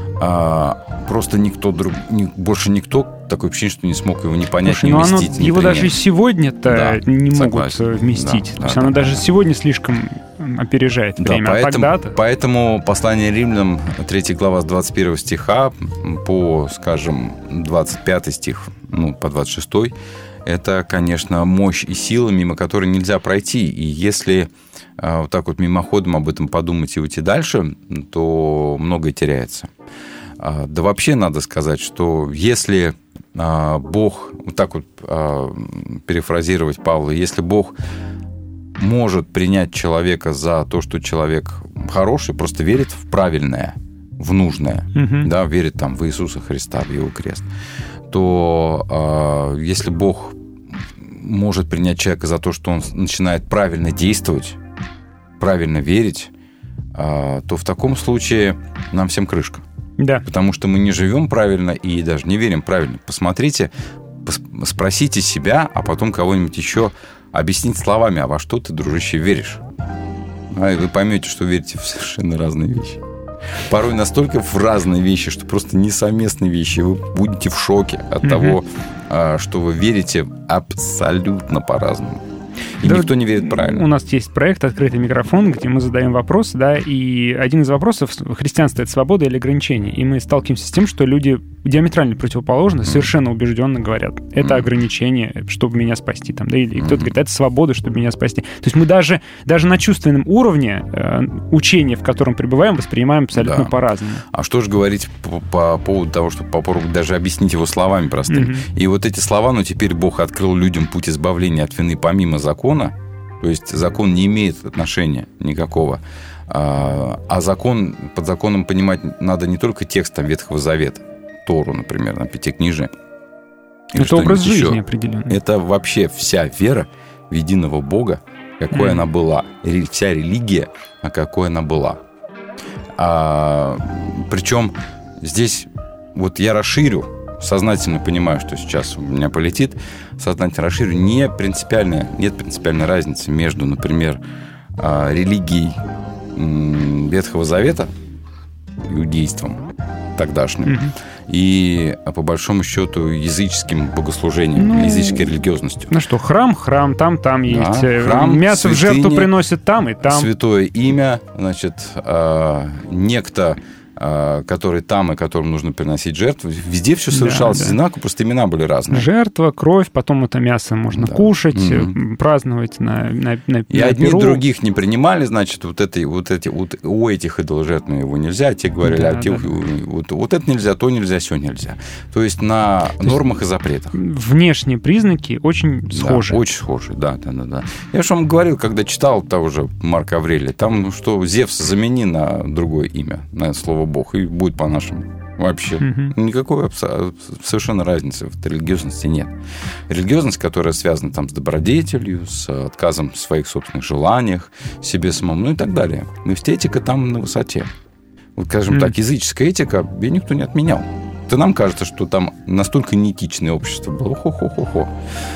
а, просто никто друг, ни- больше никто, такое ощущение, что не смог его не понять, Слушай, не ну оно, вместить, не его принять. даже сегодня-то Да, не согласен. могут э, вместить. Да, То есть да, оно да, даже да. сегодня слишком м, опережает Да, время. А поэтому, тогда-то... поэтому послание римлянам, третья глава с двадцать первого стиха по, скажем, двадцать пятый стих, ну, по двадцать шестой, это, конечно, мощь и сила, мимо которой нельзя пройти. И если а, вот так вот мимоходом об этом подумать и уйти дальше, то многое теряется. А, да вообще надо сказать, что если а, Бог, вот так вот а, перефразировать Павла, если Бог может принять человека за то, что человек хороший, просто верит в правильное, в нужное, Мгм. да, верит там в Иисуса Христа, в Его крест, то э, если Бог может принять человека за то, что он начинает правильно действовать, правильно верить, то в таком случае нам всем крышка. Да. Потому что мы не живем правильно и даже не верим правильно. Посмотрите, спросите себя, а потом кого-нибудь еще объяснить словами, а во что ты, дружище, веришь? А вы поймете, что верите в совершенно разные вещи. Порой настолько в разные вещи, что просто несовместные вещи. Вы будете в шоке от mm-hmm. того, что вы верите абсолютно по-разному. И да, никто не верит правильно. У нас есть проект «Открытый микрофон», где мы задаем вопросы, да, и один из вопросов в христианстве — это свобода или ограничение. И мы сталкиваемся с тем, что люди диаметрально противоположно, mm-hmm. совершенно убежденно говорят, это mm-hmm. ограничение, чтобы меня спасти. Там, да, или mm-hmm. кто-то говорит, это свобода, чтобы меня спасти. То есть мы даже, даже на чувственном уровне э, учения, в котором пребываем, воспринимаем абсолютно да. по-разному. А что же говорить по, по поводу того, чтобы попробовать даже объяснить его словами простыми? Mm-hmm. И вот эти слова, ну, теперь Бог открыл людям путь избавления от вины помимо закона, то есть закон не имеет отношения никакого. А, а закон, под законом понимать надо не только текст там, Ветхого Завета, Тору, например, на Пятикнижие. Это образ жизни еще. Определенный. Это вообще вся вера в единого Бога, какой mm. она была. Вся религия, а какой она была. А, причем здесь вот я расширю, сознательно понимаю, что сейчас у меня полетит, сознательно расширю, не принципиальная, нет принципиальной разницы между, например, религией Ветхого Завета, иудейством тогдашним, mm-hmm. и, по большому счету, языческим богослужением, ну, языческой религиозностью. Ну что, храм, храм, там, там да, есть. Храм, мясо святыни, в жертву приносят там и там. Святое имя, значит, некто, который там и которому нужно приносить жертву. Везде все совершалось да, да. одинаково, просто имена были разные. Жертва, кровь, потом это мясо можно да. кушать, mm-hmm. праздновать на, на, на И на одни Перу. Других не принимали, значит, вот, это, вот эти, вот у этих идоложертв его нельзя, а те говорили, да, а те, да. вот, вот это нельзя, то нельзя, все нельзя. То есть на то нормах есть и запретах. Внешние признаки очень схожи. Да, очень схожи, да, да, да, да. Я же вам говорил, когда читал того же Марка Аврелия, там, ну что, Зевс замени на другое имя, на слово Бог, и будет по-нашему. Вообще. Mm-hmm. Никакой совершенно разницы в религиозности нет. Религиозность, которая связана там с добродетелью, с отказом в своих собственных желаниях, себе самому, ну и так далее. Но эстетика там на высоте. Вот, скажем mm-hmm. так, языческая этика ее никто не отменял. То нам кажется, что там настолько неэтичное общество было. Хо-хо-хо-хо.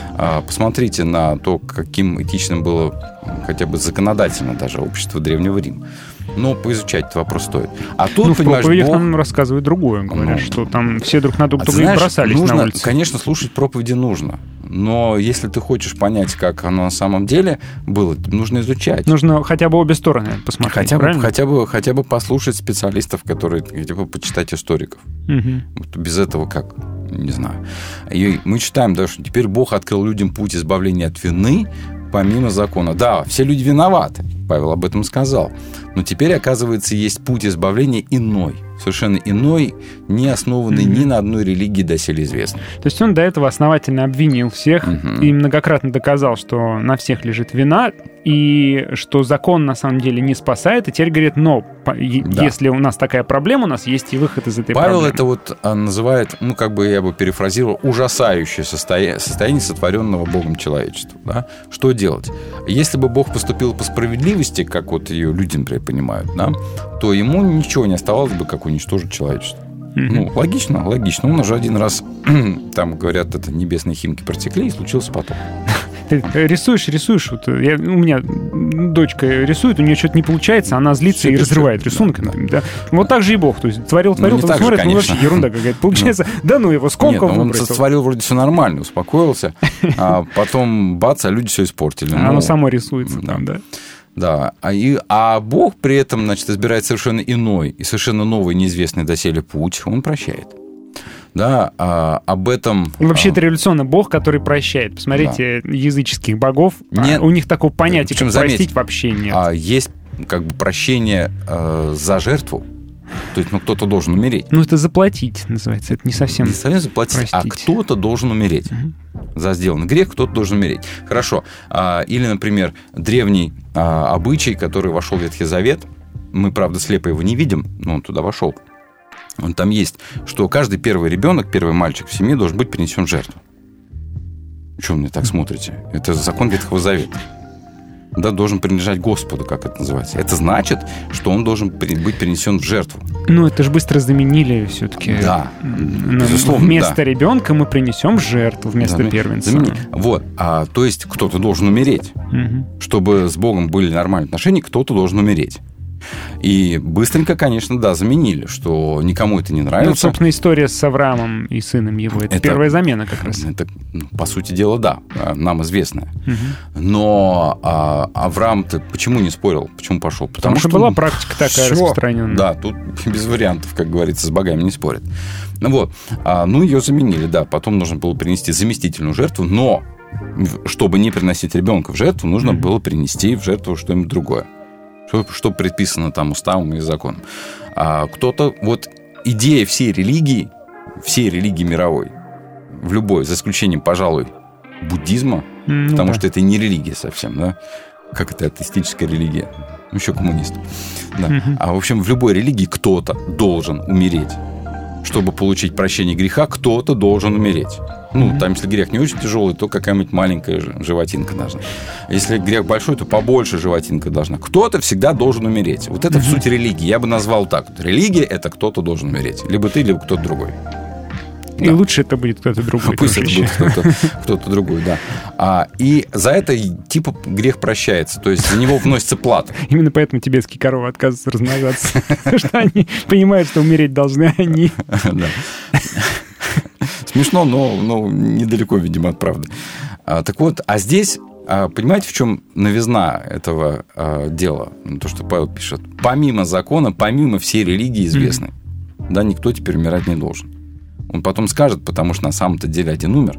А посмотрите на то, каким этичным было хотя бы законодательно даже общество Древнего Рима. Но поизучать этот вопрос стоит. А тут, ну, понимаешь, в проповедях Бог... нам рассказывают другое. Говорят, ну, что там все друг на друга а знаешь, бросались нужно, на улице. Конечно, слушать проповеди нужно. Но если ты хочешь понять, как оно на самом деле было, нужно изучать. Нужно хотя бы обе стороны посмотреть, хотя бы, правильно? Хотя бы, хотя бы послушать специалистов, которые... Хотя бы почитать историков. Угу. Вот без этого как? Не знаю. И мы читаем, да, что теперь Бог открыл людям путь избавления от вины помимо закона. Да, все люди виноваты. Павел об этом сказал. Но теперь, оказывается, есть путь избавления иной. Совершенно иной, не основанный mm-hmm. ни на одной религии доселе известной. То есть он до этого основательно обвинил всех mm-hmm. и многократно доказал, что на всех лежит вина, и что закон на самом деле не спасает, и теперь говорит, но да. если у нас такая проблема, у нас есть и выход из этой Павел проблемы. это вот называет, ну, как бы я бы перефразировал, ужасающее состояние, состояние сотворенного Богом человечества. Да? Что делать? Если бы Бог поступил по справедливости, как вот ее люди, например, понимают, да, то ему ничего не оставалось бы, как уничтожить человечество. Mm-hmm. Ну, логично, логично. Он уже один раз, там, говорят, это небесные химки протекли, и случился потоп. Ты рисуешь, рисуешь. Вот я, у меня дочка рисует, у нее что-то не получается, она злится все и разрывает рисунок. Да, да. Да. Вот так же и Бог. То есть творил, творил, ну, потом смотрит, же, ну вообще ерунда какая-то. Получается, ну, да ну его, сколько он выбросил. Он сотворил вроде все нормально, успокоился, а потом бац, а люди все испортили. Оно ну, само рисуется там, да. Да, а, и, а Бог при этом, значит, избирает совершенно иной и совершенно новый, неизвестный доселе путь. Он прощает. Да, а, об этом... Вообще, это революционный Бог, который прощает. Посмотрите, да. языческих богов, нет, а, у них такого понятия, как заметь, простить, вообще нет. А, есть как бы прощение а, за жертву. То есть, ну, кто-то должен умереть. Ну, это заплатить, называется. Это не совсем Не совсем заплатить, простить. А кто-то должен умереть. Угу. За сделанный грех кто-то должен умереть. Хорошо. А, или, например, древний а, обычай, который вошел в Ветхий Завет. Мы, правда, слепо его не видим, но он туда вошел. Он там есть, что каждый первый ребенок, первый мальчик в семье должен быть принесен в жертву. Что вы мне так смотрите? Это закон Ветхого Завета. Да, должен принадлежать Господу, как это называется. Это значит, что он должен быть перенесен в жертву. Ну, это же быстро заменили все-таки. Да, безусловно. Вместо да. ребенка мы принесем жертву вместо да, первенца. Замени... Вот. А, то есть кто-то должен умереть. Угу. Чтобы с Богом были нормальные отношения, кто-то должен умереть. И быстренько, конечно, да, заменили, что никому это не нравится. Ну, собственно, история с Авраамом и сыном его. Это, это первая замена как раз. Это, ну, по сути дела, да, нам известная. Угу. Но а, Авраам-то почему не спорил? Почему пошел? Потому, Потому что, что была практика такая все, распространенная. Да, тут без вариантов, как говорится, с богами не спорят. Ну, вот. А, ну, ее заменили, да. Потом нужно было принести заместительную жертву, но чтобы не приносить ребенка в жертву, нужно угу. было принести в жертву что-нибудь другое. Что, что предписано там уставом и законом. А кто-то... Вот идея всей религии, всей религии мировой, в любой, за исключением, пожалуй, буддизма, ну, потому да. что это не религия совсем, да? Как это атеистическая религия? Ну, еще коммунист. Да. Угу. А, в общем, в любой религии кто-то должен умереть. Чтобы получить прощение греха, кто-то должен умереть. Ну, там, если грех не очень тяжелый, то какая-нибудь маленькая животинка должна. Если грех большой, то побольше животинка должна. Кто-то всегда должен умереть. Вот это mm-hmm. в суть религии. Я бы назвал так. Религия – это кто-то должен умереть. Либо ты, либо кто-то другой. И да. лучше это будет кто-то другой. Пусть это будет кто-то, кто-то другой, да. А, и за это типа грех прощается. То есть за него вносится плата. Именно поэтому тибетские коровы отказываются размножаться. Потому что они понимают, что умереть должны они. Смешно, но, но недалеко, видимо, от правды. А, так вот, а здесь, а, понимаете, в чем новизна этого а, дела? То, что Павел пишет. Помимо закона, помимо всей религии известной, mm-hmm. да, никто теперь умирать не должен. Он потом скажет, потому что на самом-то деле один умер,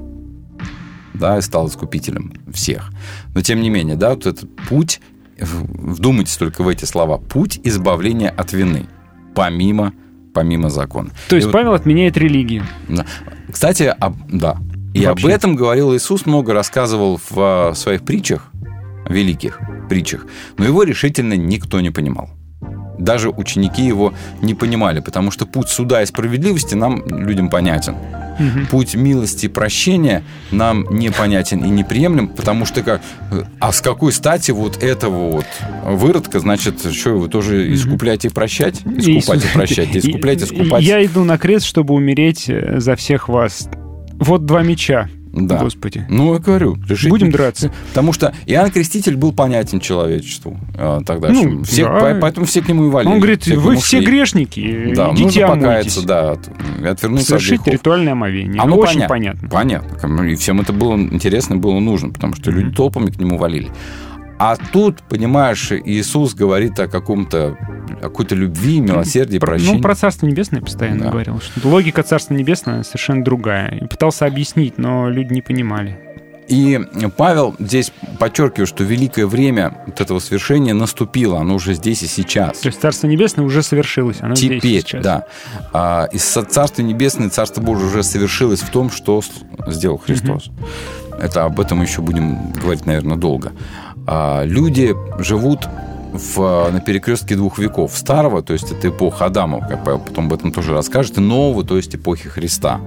да, и стал искупителем всех. Но, тем не менее, да, вот этот путь, вдумайтесь только в эти слова, путь избавления от вины, помимо Помимо закона. То есть и Павел вот, отменяет религию. Да. Кстати, об, да. И Вообще. об этом говорил Иисус, много рассказывал в своих притчах, великих притчах, но его решительно никто не понимал. Даже ученики его не понимали, потому что путь суда и справедливости нам, людям, понятен. Угу. Путь милости и прощения нам непонятен и неприемлем, потому что как, а с какой стати вот этого вот выродка, значит, что вы тоже искупляете и прощать? Искупать и прощать, искуплять и искупать. Я иду на крест, чтобы умереть за всех вас. Вот два меча. Да. Господи. Ну, я говорю, решить. Будем драться. Потому что Иоанн Креститель был понятен человечеству тогда. Ну, все, да. Поэтому все к нему и валили. Он говорит, вы все ушли. грешники, да, идите нужно омойтесь. покаяться, да, от, отвернуться совершить от грехов. ритуальное омовение. Оно очень понятно. понятно. Понятно. И всем это было интересно, было нужно, потому что люди толпами к нему валили. А тут, понимаешь, Иисус говорит о каком-то, о какой-то любви, милосердии, про, прощении. Ну, про Царство Небесное постоянно да. говорил. Что логика Царства Небесного совершенно другая. И пытался объяснить, но люди не понимали. И Павел здесь подчеркивает, что великое время вот этого свершения наступило, оно уже здесь и сейчас. То есть Царство Небесное уже совершилось, оно Теперь, здесь и сейчас. Да. А, и Царство Небесное, Царство Божие уже совершилось в том, что сделал Христос. Угу. Это об этом еще будем говорить, наверное, долго. А, люди живут в, на перекрестке двух веков. Старого, то есть это эпоха Адама, как Павел потом об этом тоже расскажет, и нового, то есть эпохи Христа.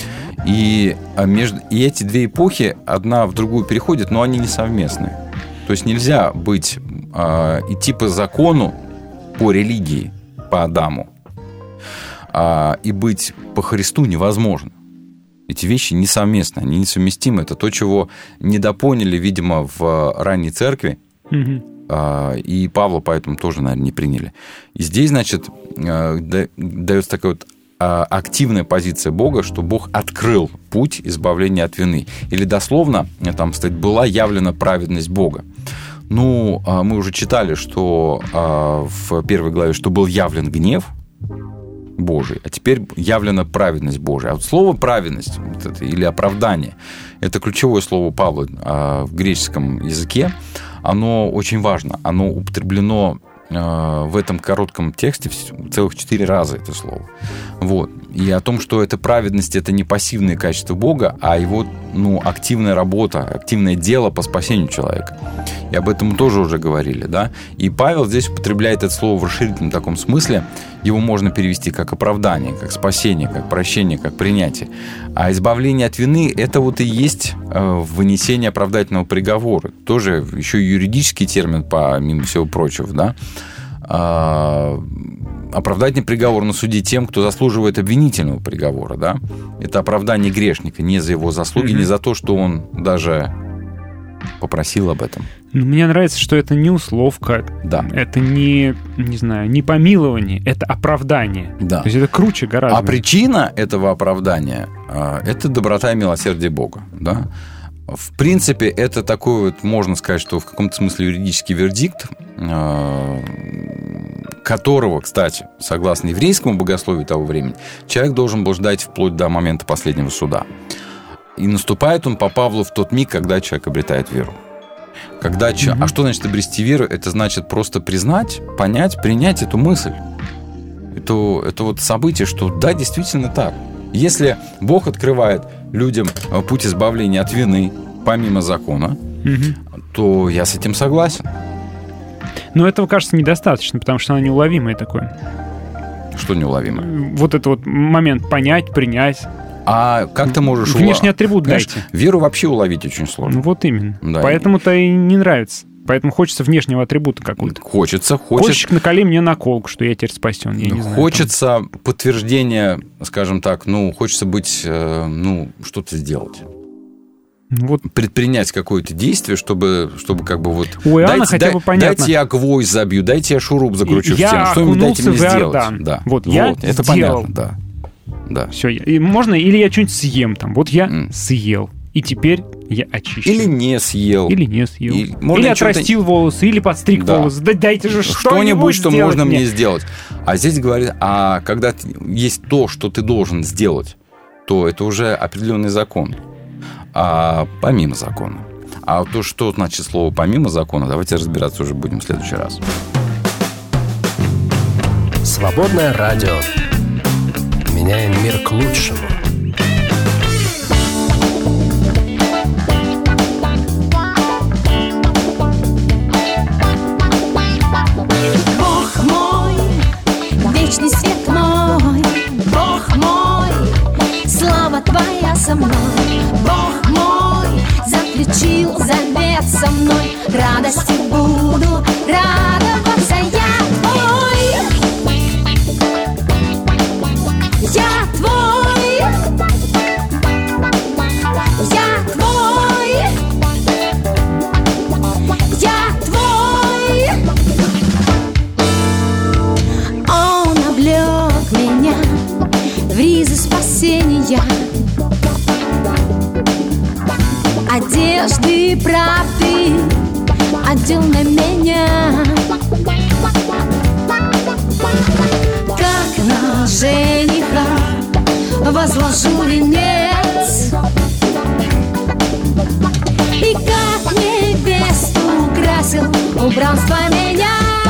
И, между, и эти две эпохи одна в другую переходят, но они не совместны. То есть нельзя быть, э, идти по закону, по религии, по Адаму, э, и быть по Христу невозможно. Эти вещи несовместны, они несовместимы. Это то, чего недопоняли, видимо, в ранней церкви. Mm-hmm. э, и Павла поэтому тоже, наверное, не приняли. И здесь, значит, э, да, дается такая вот активная позиция Бога, что Бог открыл путь избавления от вины. Или дословно, там стоит, была явлена праведность Бога. Ну, мы уже читали, что в первой главе, что был явлен гнев Божий, а теперь явлена праведность Божия. А вот слово «праведность» вот это, или «оправдание» – это ключевое слово Павла в греческом языке. Оно очень важно. Оно употреблено в этом коротком тексте целых четыре раза это слово. Вот. и о том, что эта праведность – это не пассивные качества Бога, а его ну, активная работа, активное дело по спасению человека. И об этом мы тоже уже говорили. Да? И Павел здесь употребляет это слово в расширительном таком смысле. Его можно перевести как оправдание, как спасение, как прощение, как принятие. А избавление от вины – это вот и есть вынесение оправдательного приговора. Тоже еще юридический термин, помимо всего прочего, да? Оправдательный приговор на суде тем, кто заслуживает обвинительного приговора, да? Это оправдание грешника не за его заслуги, mm-hmm. не за то, что он даже попросил об этом. Ну, мне нравится, что это не условка, да. это не, не знаю, не помилование, это оправдание. Да. То есть это круче гораздо. А причина этого оправдания – это доброта и милосердие Бога, да? В принципе, это такой вот, можно сказать, что в каком-то смысле юридический вердикт, которого, кстати, согласно еврейскому богословию того времени, человек должен был ждать вплоть до момента последнего суда. И наступает он по Павлу в тот миг, когда человек обретает веру. Когда... Mm-hmm. А что значит обрести веру? Это значит просто признать, понять, принять эту мысль. Это, это вот событие, что да, действительно так. Если Бог открывает людям путь избавления от вины помимо закона, угу. то я с этим согласен. Но этого, кажется, недостаточно, потому что оно неуловимое такое. Что неуловимое? Вот этот вот момент понять, принять. А как ты можешь... Внешний атрибут дайте. Веру вообще уловить очень сложно. Ну вот именно. Да, поэтому-то и не нравится. Поэтому хочется внешнего атрибута какого-то. Хочется, хочется. Хочешь, наколи мне наколку, что я теперь спасен. Я не знаю, хочется там... подтверждения, скажем так, ну, хочется быть, ну, что-то сделать. Ну, вот. Предпринять какое-то действие, чтобы, чтобы как бы вот... У Иоанна дайте, хотя бы понятно. Дайте я гвоздь забью, дайте я шуруп закручу я в стену. Что-нибудь дайте мне сделать. Да. Вот, я вот, это сделал. Понятно, да. да. Все, и можно, или я что-нибудь съем там. Вот я mm. съел. И теперь я очищу. Или не съел. Или не съел. И, или отрастил волосы, или подстриг да. волосы. Да дайте же что-нибудь, что-нибудь, что сделать можно мне. мне сделать. А здесь говорит, а когда есть то, что ты должен сделать, то это уже определенный закон. А помимо закона. А то, что значит слово помимо закона, давайте разбираться уже будем в следующий раз. Свободное радио. Меняем мир к лучшему. Вечный свет мой, Бог мой, слава Твоя со мной, Бог мой, заключил завет со мной, радости буду радоваться я Твой, я Твой, я Твой, я Твой. Облёк меня в ризы спасения, одежды правды одел на меня, как на жениха возложу венец, и как невесту украсил убранство меня.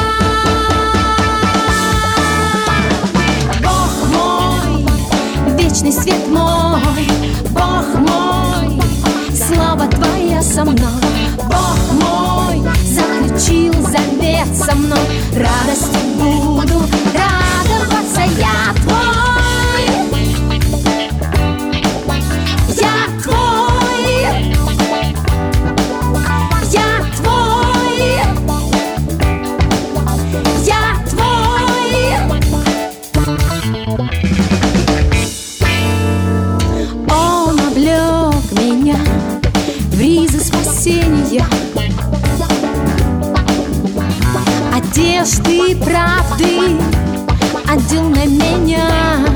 Вечный свет мой, Бог мой, слава Твоя со мной, Бог мой, заключил завет со мной, радости буду радоваться я Твой, я Твой, я Твой, я Твой. Он облёк меня в ризы спасения, одежды правды одел на меня,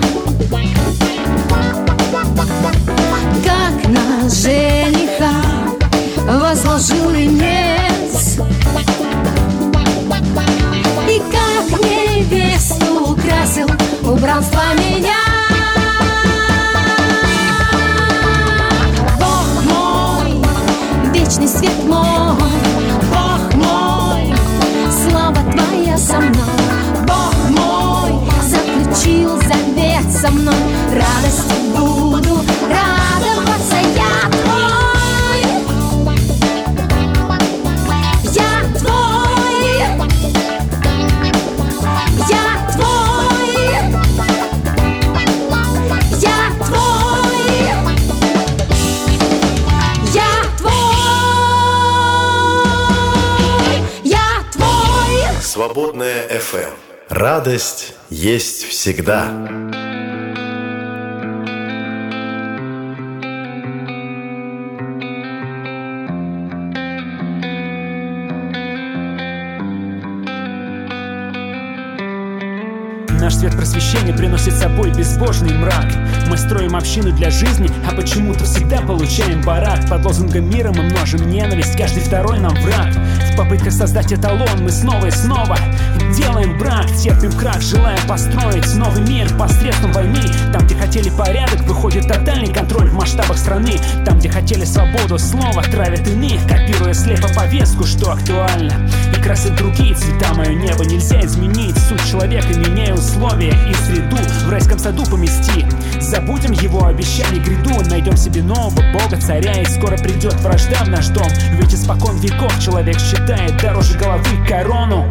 радости буду радоваться. Я твой, я твой, я твой, я твой, я твой, я твой. Свободная эф эм. Радость есть всегда. Наш свет просвещения приносит с собой безбожный мрак. Мы строим общину для жизни, а почему-то всегда получаем барак. Под лозунгом мира мы множим ненависть, каждый второй нам враг. В попытках создать эталон мы снова и снова делаем брак, терпим крах, желая построить новый мир посредством войны. Там, где хотели порядок, выходит тотальный контроль в масштабах страны. Там, где хотели свободу слова, травят иных, копируя слепо повестку, что актуально, и красят другие цвета. Мое небо нельзя изменить, суть человека меняя условия и среду в райском саду помести. Забудем его обещаний гряду, найдем себе нового бога, царя, и скоро придет вражда в наш дом. Ведь испокон веков человек считает дороже головы корону.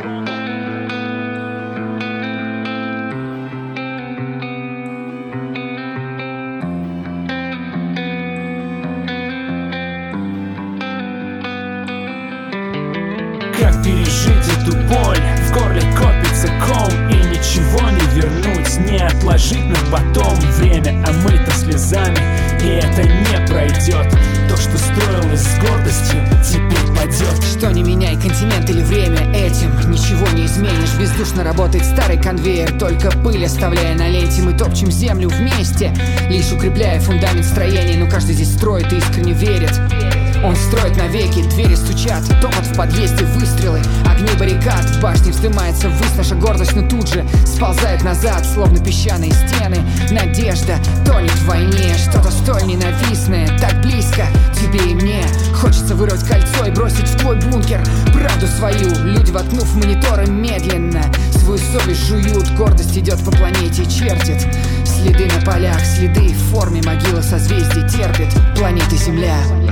Как пережить эту боль? В горле копится ком, и ничего не вернуть, не отложить на потом. Время омыто слезами, и это не пройдет. То, что строилось с гордостью, теперь падет. Что не меняй, континент или время, этим ничего не изменишь. Бездушно работает старый конвейер, только пыль оставляя на ленте. Мы топчем землю вместе, лишь укрепляя фундамент строения. Но каждый здесь строит и искренне верит. Он строит навеки, двери стучат, топот в подъезде, выстрелы, огни баррикад. В башне вздымается ввысь наша гордость, но тут же сползает назад, словно песчаные стены. Надежда тонет в войне, что-то столь ненавистное, так близко тебе и мне. Хочется вырвать кольцо и бросить в твой бункер правду свою. Люди, воткнув мониторы, медленно свою совесть жуют. Гордость идет по планете и чертит следы на полях, следы в форме могилы созвездий терпит планета Земля.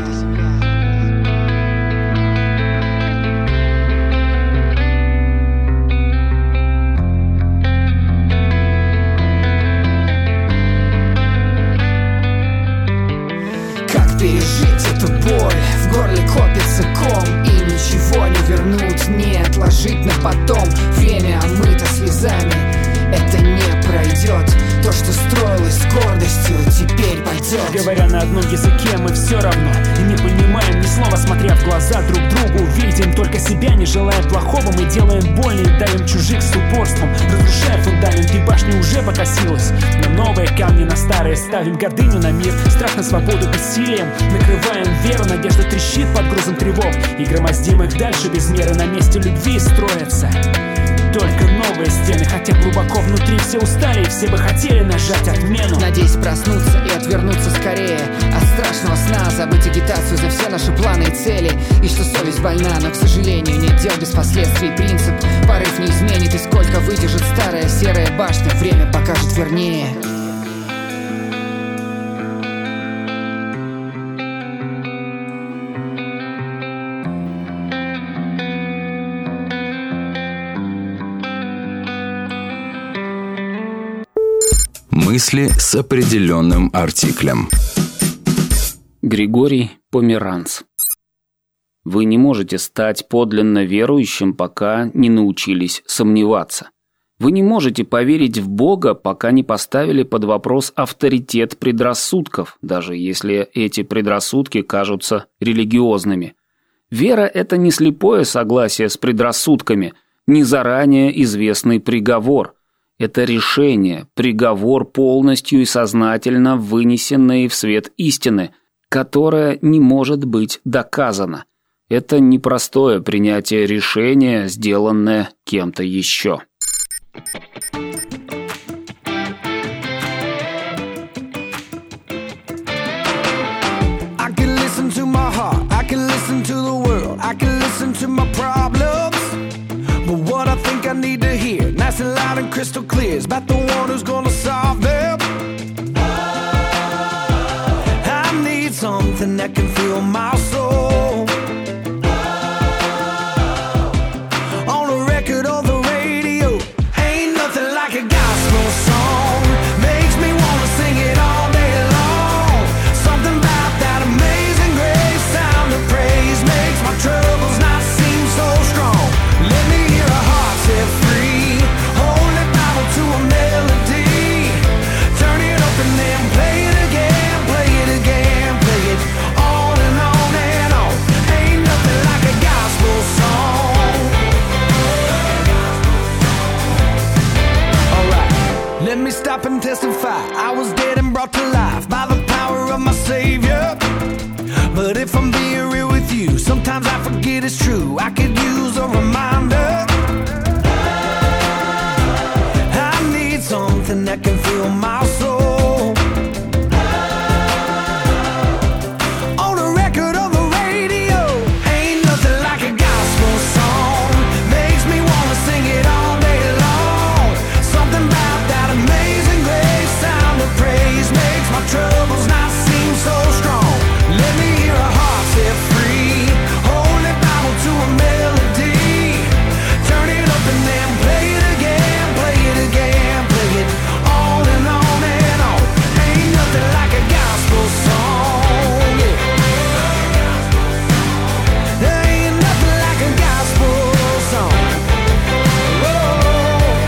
Пережить эту боль, в горле копится ком, и ничего не вернуть, не отложить на потом. Время омыто слезами, это не пройдет. То, что строилось с гордостью, теперь пойдет. Говоря на одном языке, мы все равно не понимаем ни слова, смотря в глаза друг другу. Видим только себя, не желая плохого. Мы делаем больно и давим чужих с упорством, разрушая фундамент, и башня уже покосилась. На новые камни, на старые ставим гордыню на мир, страх на свободу бессилием. Накрываем веру, надежда трещит под грузом тревог, и громоздим их дальше без меры. На месте любви строятся только новые стены, хотя глубоко внутри все устали, и все бы хотели нажать отмену. Надеюсь проснуться и отвернуться скорее от страшного сна, забыть агитацию за все наши планы и цели, и что совесть больна, но, к сожалению, нет дел без последствий. Принцип порыв не изменит, и сколько выдержит старая серая башня, время покажет вернее. Мысли с определенным артиклем. Григорий Померанц. Вы не можете стать подлинно верующим, пока не научились сомневаться. Вы не можете поверить в Бога, пока не поставили под вопрос авторитет предрассудков, даже если эти предрассудки кажутся религиозными. Вера – это не слепое согласие с предрассудками, не заранее известный приговор. Это решение, приговор, полностью и сознательно вынесенный в свет истины, которая не может быть доказана. Это непростое принятие решения, сделанное кем-то еще. I can listen to my heart, I can listen to the world, I can listen to my problems. But what I think I need to hear, nice and loud and crystal clear, is about the one who's gonna solve them. something that can fill my soul. On a record or the radio, ain't nothing like a gospel song. Makes me wanna sing it all day long. Something about that amazing grace, sound of praise makes my troubles not seem so strong. Let me hear a heart set free, hold it Bible to a melody. Turn it up and then play it again, play it again, play it on and on and on. Ain't nothing like a gospel song. Alright, let me stop and testify. I was dead and brought to life by the power of my Savior. But if I'm being real with you, sometimes I forget it's true. I could use a reminder. I need something that can fill my soul. On a record or the radio, ain't nothing like a gospel song. Makes me wanna sing it all day long. Something about that amazing grace, sound of praise makes my troubles not seem so strong. Let me hear a heart set free, hold it Bible to a melody. Turn it up and then play it again, play it again, play it on and on and on. Ain't nothing like a gospel song, yeah. There ain't nothing like a gospel song. Oh,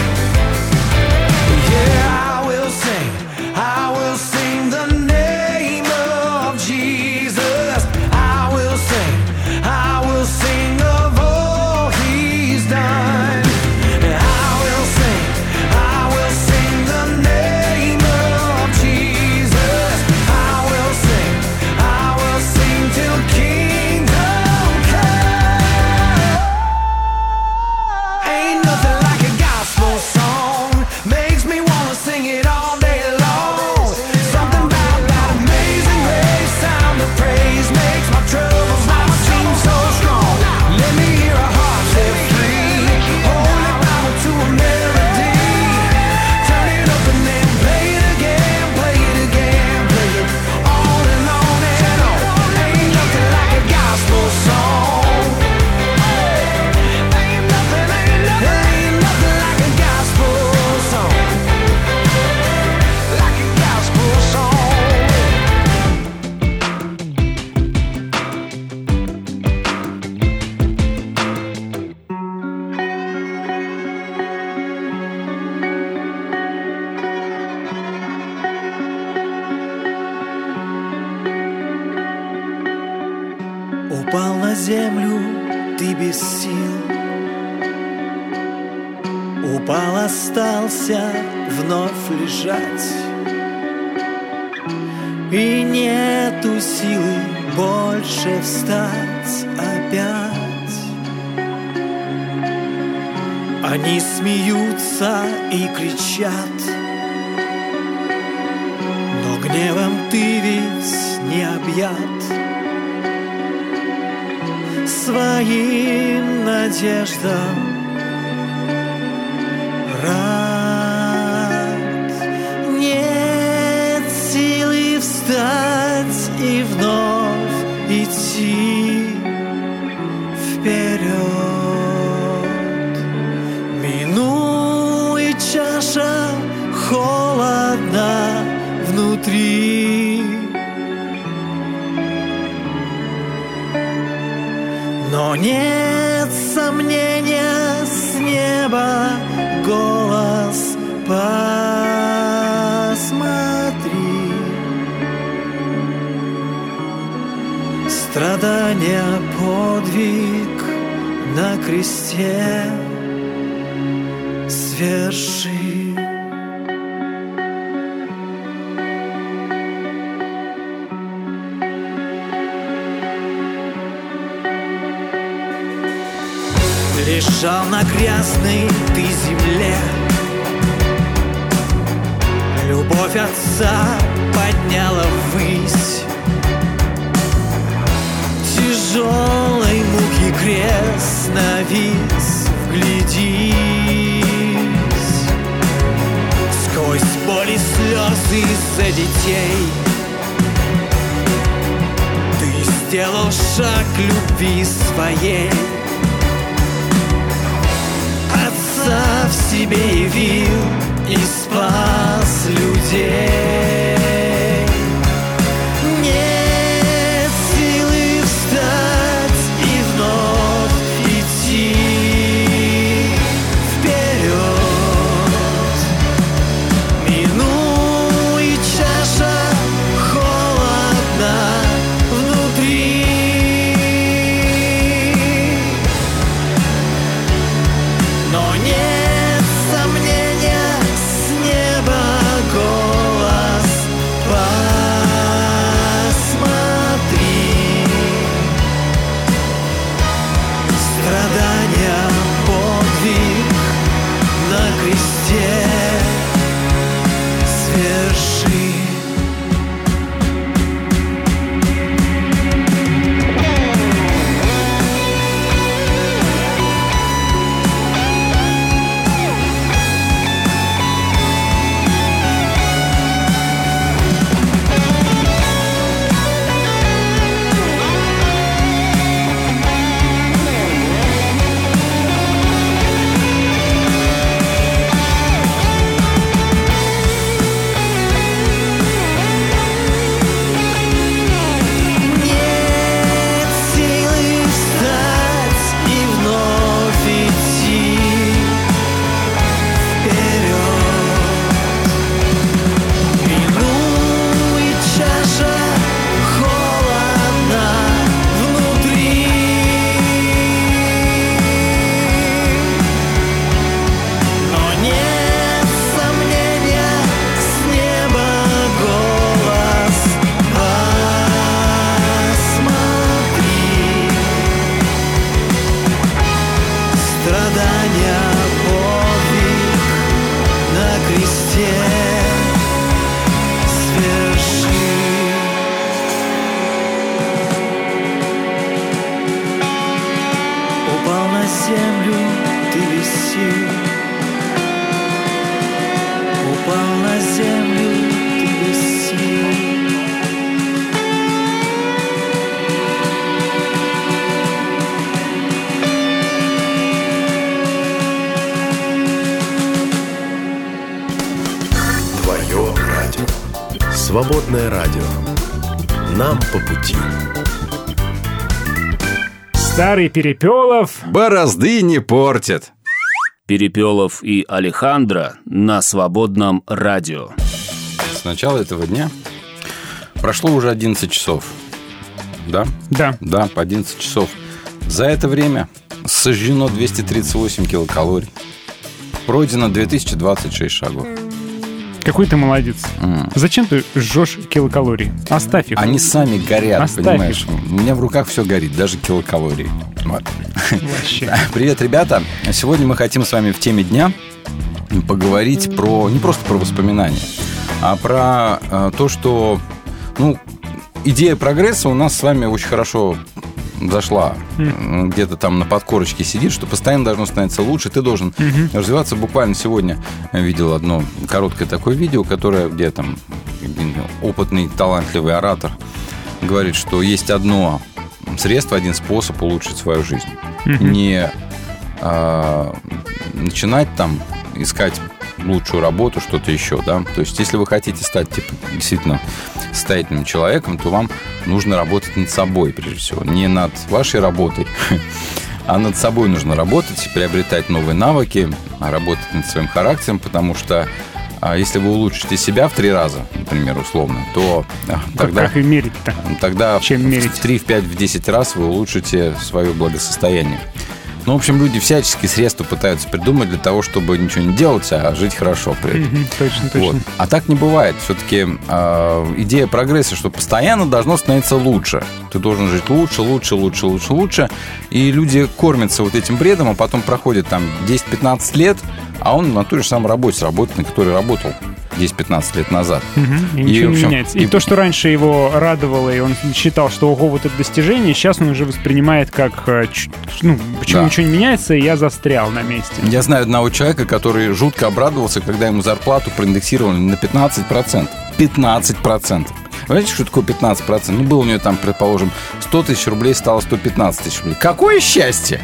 yeah, I will sing, I will sing the name of Jesus. I will sing, I will sing of all he's done. I will sing, I will sing the name of Jesus. I will sing, I will sing till kingdom come. Ain't nothing like a gospel song. Makes me wanna sing it all day long. Something about that amazing grace, sound of praise makes my troubles not seem so strong. Let me hear a heart set free, hold it Bible to a melody. Turn it up and then play it again, play it again, play it on and on and on. Ain't nothing like a gospel song. Ain't nothing, ain't nothing, ain't nothing like a gospel song. Like a gospel song. Упал на землю, ты без сил. Упал, остался вновь лежать. И нету силы больше встать опять. Они смеются и кричат, но гневом ты ведь не объят. Своим надеждам рад. Нет силы встать и вновь идти вперед. Минует чаша, холодна внутри. Но нет сомнения, с неба голос посмотри. Страдания, подвиг на кресте сверши. Лежал на грязной ты земле, любовь Отца подняла ввысь. Тяжелой муки крест навис, вглядись. Сквозь боль и слезы за детей сделал шаг к любви своей. Отца в себе явил и спас людей. Нет силы встать и вновь идти вперед. Минуй, чаша холодна внутри. Но нет сомнения, с неба голос. Посмотри, страдания, подвиг на кресте сверши. Нет силы встать и вновь идти вперед. Минуй, чаша холодна внутри. Но нет сомнения, с неба голос. Посмотри, страдания, подвиг на кресте сверши. Упал на землю, ты без сил. Упал на землю, ты без сил. Твое радио. Свободное радио. Нам по пути. Старый Перепелов. Борозды не портит. Перепелов и Алехандро на Свободном радио. С начала этого дня прошло уже одиннадцать часов. Да? Да. Да, по одиннадцать часов. За это время сожжено двести тридцать восемь килокалорий. Пройдено две тысячи двадцать шесть шагов. Какой ты молодец. Mm. Зачем ты жжешь килокалории? Оставь их. Они сами горят, Оставь понимаешь? их. У меня в руках все горит, даже килокалории. Вот. Вообще. Привет, ребята. Сегодня мы хотим с вами в теме дня поговорить про не просто про воспоминания, а про э, то, что, ну, идея прогресса у нас с вами очень хорошо зашла, mm. где-то там на подкорочке сидит, что постоянно должно становиться лучше, ты должен mm-hmm. развиваться. Буквально сегодня видел одно короткое такое видео, которое, где там опытный, талантливый оратор говорит, что есть одно средство, один способ улучшить свою жизнь. Mm-hmm. Не а, начинать там искать лучшую работу, что-то еще, да. То есть, если вы хотите стать, типа, действительно состоятельным человеком, то вам нужно работать над собой, прежде всего. Не над вашей работой, а над собой нужно работать, приобретать новые навыки, работать над своим характером, потому что а если вы улучшите себя в три раза, например, условно, то как, тогда, как и мерить-то? Тогда Чем мерить? в три, в пять, в десять раз вы улучшите свое благосостояние. Ну, в общем, люди всяческие средства пытаются придумать для того, чтобы ничего не делать, а жить хорошо при этом. Mm-hmm, точно, точно. Вот. А так не бывает. Все-таки э, идея прогресса, что постоянно должно становиться лучше. Ты должен жить лучше, лучше, лучше, лучше, лучше. И люди кормятся вот этим бредом, а потом проходит там десять-пятнадцать лет, а он на той же самой работе работает, на которой работал десять-пятнадцать лет назад. Угу, и ничего и, не общем, меняется. И, и то, что раньше его радовало, и он считал, что ого, вот это достижение, сейчас он уже воспринимает как, ну, почему да. ничего не меняется, и я застрял на месте. Я знаю одного человека, который жутко обрадовался, когда ему зарплату проиндексировали на пятнадцать процентов. пятнадцать процентов. Знаете, что такое пятнадцать процентов? Ну, было у нее там, предположим, сто тысяч рублей, стало сто пятнадцать тысяч рублей. Какое счастье!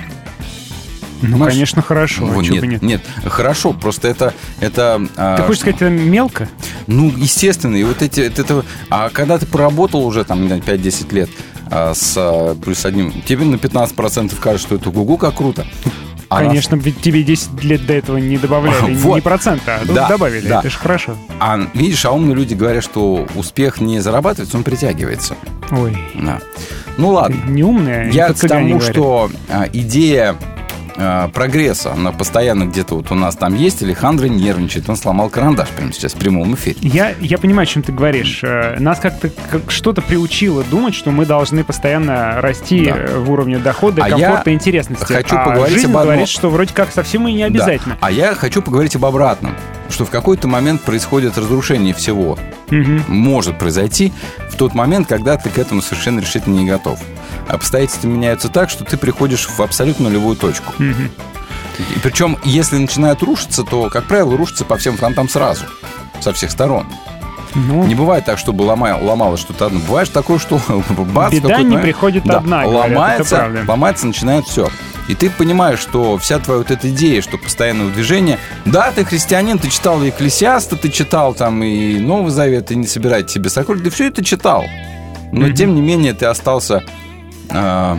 Ну, Маш... конечно, хорошо. Ну, а нет, нет? нет, хорошо, просто это... это ты а, хочешь сказать, это мелко? Ну, естественно, и вот эти... Это, а когда ты поработал уже, там, пять-десять лет а, с плюс одним, тебе на пятнадцать процентов кажется, что это гугу, как круто. А конечно, ведь тебе десять лет до этого не добавляли, вот. Не процента, а да, добавили, да. Это же хорошо. А видишь, а умные люди говорят, что успех не зарабатывается, он притягивается. Ой. Да. Ну ладно. Ты не умная, я к тому, говорят. что а, идея прогресса, она постоянно где-то вот у нас там есть, Алехандро нервничает, он сломал карандаш прямо сейчас в прямом эфире. Я, я понимаю, о чем ты говоришь. Нас как-то как что-то приучило думать, что мы должны постоянно расти да. в уровне дохода, а комфорта и интересности. Хочу а поговорить жизнь об одном... говорит, что вроде как совсем и не обязательно. Да. А я хочу поговорить об обратном, что в какой-то момент происходит разрушение всего. Угу. Может произойти в тот момент, когда ты к этому совершенно решительно не готов. Обстоятельства меняются так, что ты приходишь в абсолютно нулевую точку. Mm-hmm. И причем, если начинают рушиться, то, как правило, рушится по всем фронтам сразу, со всех сторон. Ну, не бывает так, чтобы ломало, ломалось что-то одно. Бывает такое, что бац, беда не момент, приходит да, одна, ломается, говорят, ломается, начинает все. И ты понимаешь, что вся твоя вот эта идея, что постоянного движения, да, ты христианин, ты читал и Экклесиаста, ты читал там и Новый Завет, и не собирайте себе сокровища, ты все это читал. Но, mm-hmm. тем не менее, ты остался а,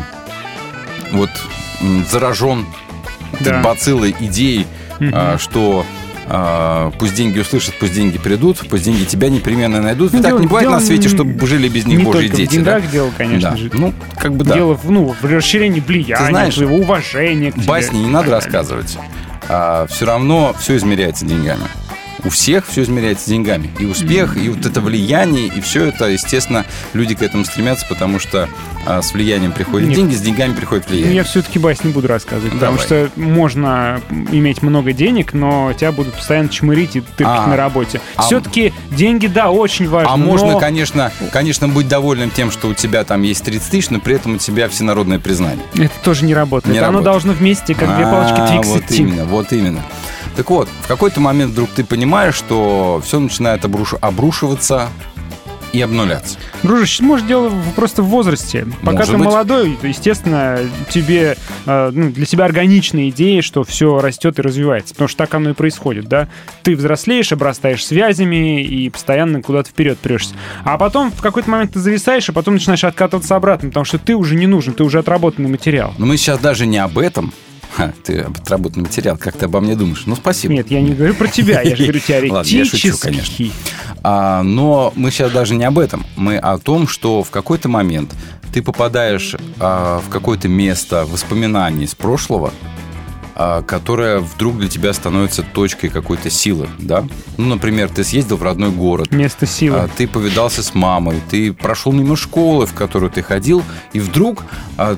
вот заражен да. бациллой идеей, mm-hmm. а, что а, пусть деньги услышат, пусть деньги придут, пусть деньги тебя непременно найдут. Ну, так дело, не бывает дело, на свете, чтобы жили без них Божьи дети. Не только в деньгах да? дело, конечно да. же. Ну, как бы да. Дело в, ну, в расширении влияния, ты знаешь, своего уважения к тебе. Басни не надо рассказывать. А, все равно все измеряется деньгами. У всех все измеряется деньгами. И успех, и вот это влияние, и все это, естественно, люди к этому стремятся, потому что а, с влиянием приходят Нет. деньги, с деньгами приходит влияние. Я все-таки басни не буду рассказывать, Давай. потому что можно иметь много денег, но тебя будут постоянно чмырить и тыркать а, на работе. А, все-таки деньги, да, очень важны. А но... можно, конечно, конечно, быть довольным тем, что у тебя там есть тридцать тысяч, но при этом у тебя всенародное признание. Это тоже не работает. Не Оно работает. должно вместе, как две палочки Твикс вот идти. именно, вот именно. Так вот, в какой-то момент вдруг ты понимаешь, что все начинает обруш... обрушиваться и обнуляться. Дружище, может, дело просто в возрасте. Пока может ты быть. молодой, то, естественно, тебе, э, ну, для тебя органичная идея, что все растет и развивается. Потому что так оно и происходит, да? Ты взрослеешь, обрастаешь связями и постоянно куда-то вперед прешься. А потом в какой-то момент ты зависаешь, а потом начинаешь откатываться обратно, потому что ты уже не нужен, ты уже отработанный материал. Но мы сейчас даже не об этом. Ха, ты отработанный материал, как ты обо мне думаешь? Ну, спасибо. Нет, я не говорю про тебя, я же говорю теоретически. Ладно, я шучу, конечно. А, но мы сейчас даже не об этом. Мы о том, что в какой-то момент ты попадаешь а, в какое-то место воспоминаний из прошлого, а, которое вдруг для тебя становится точкой какой-то силы, да? Ну, например, ты съездил в родной город. Место силы. А, ты повидался с мамой, ты прошел мимо школы, в которую ты ходил, и вдруг... А,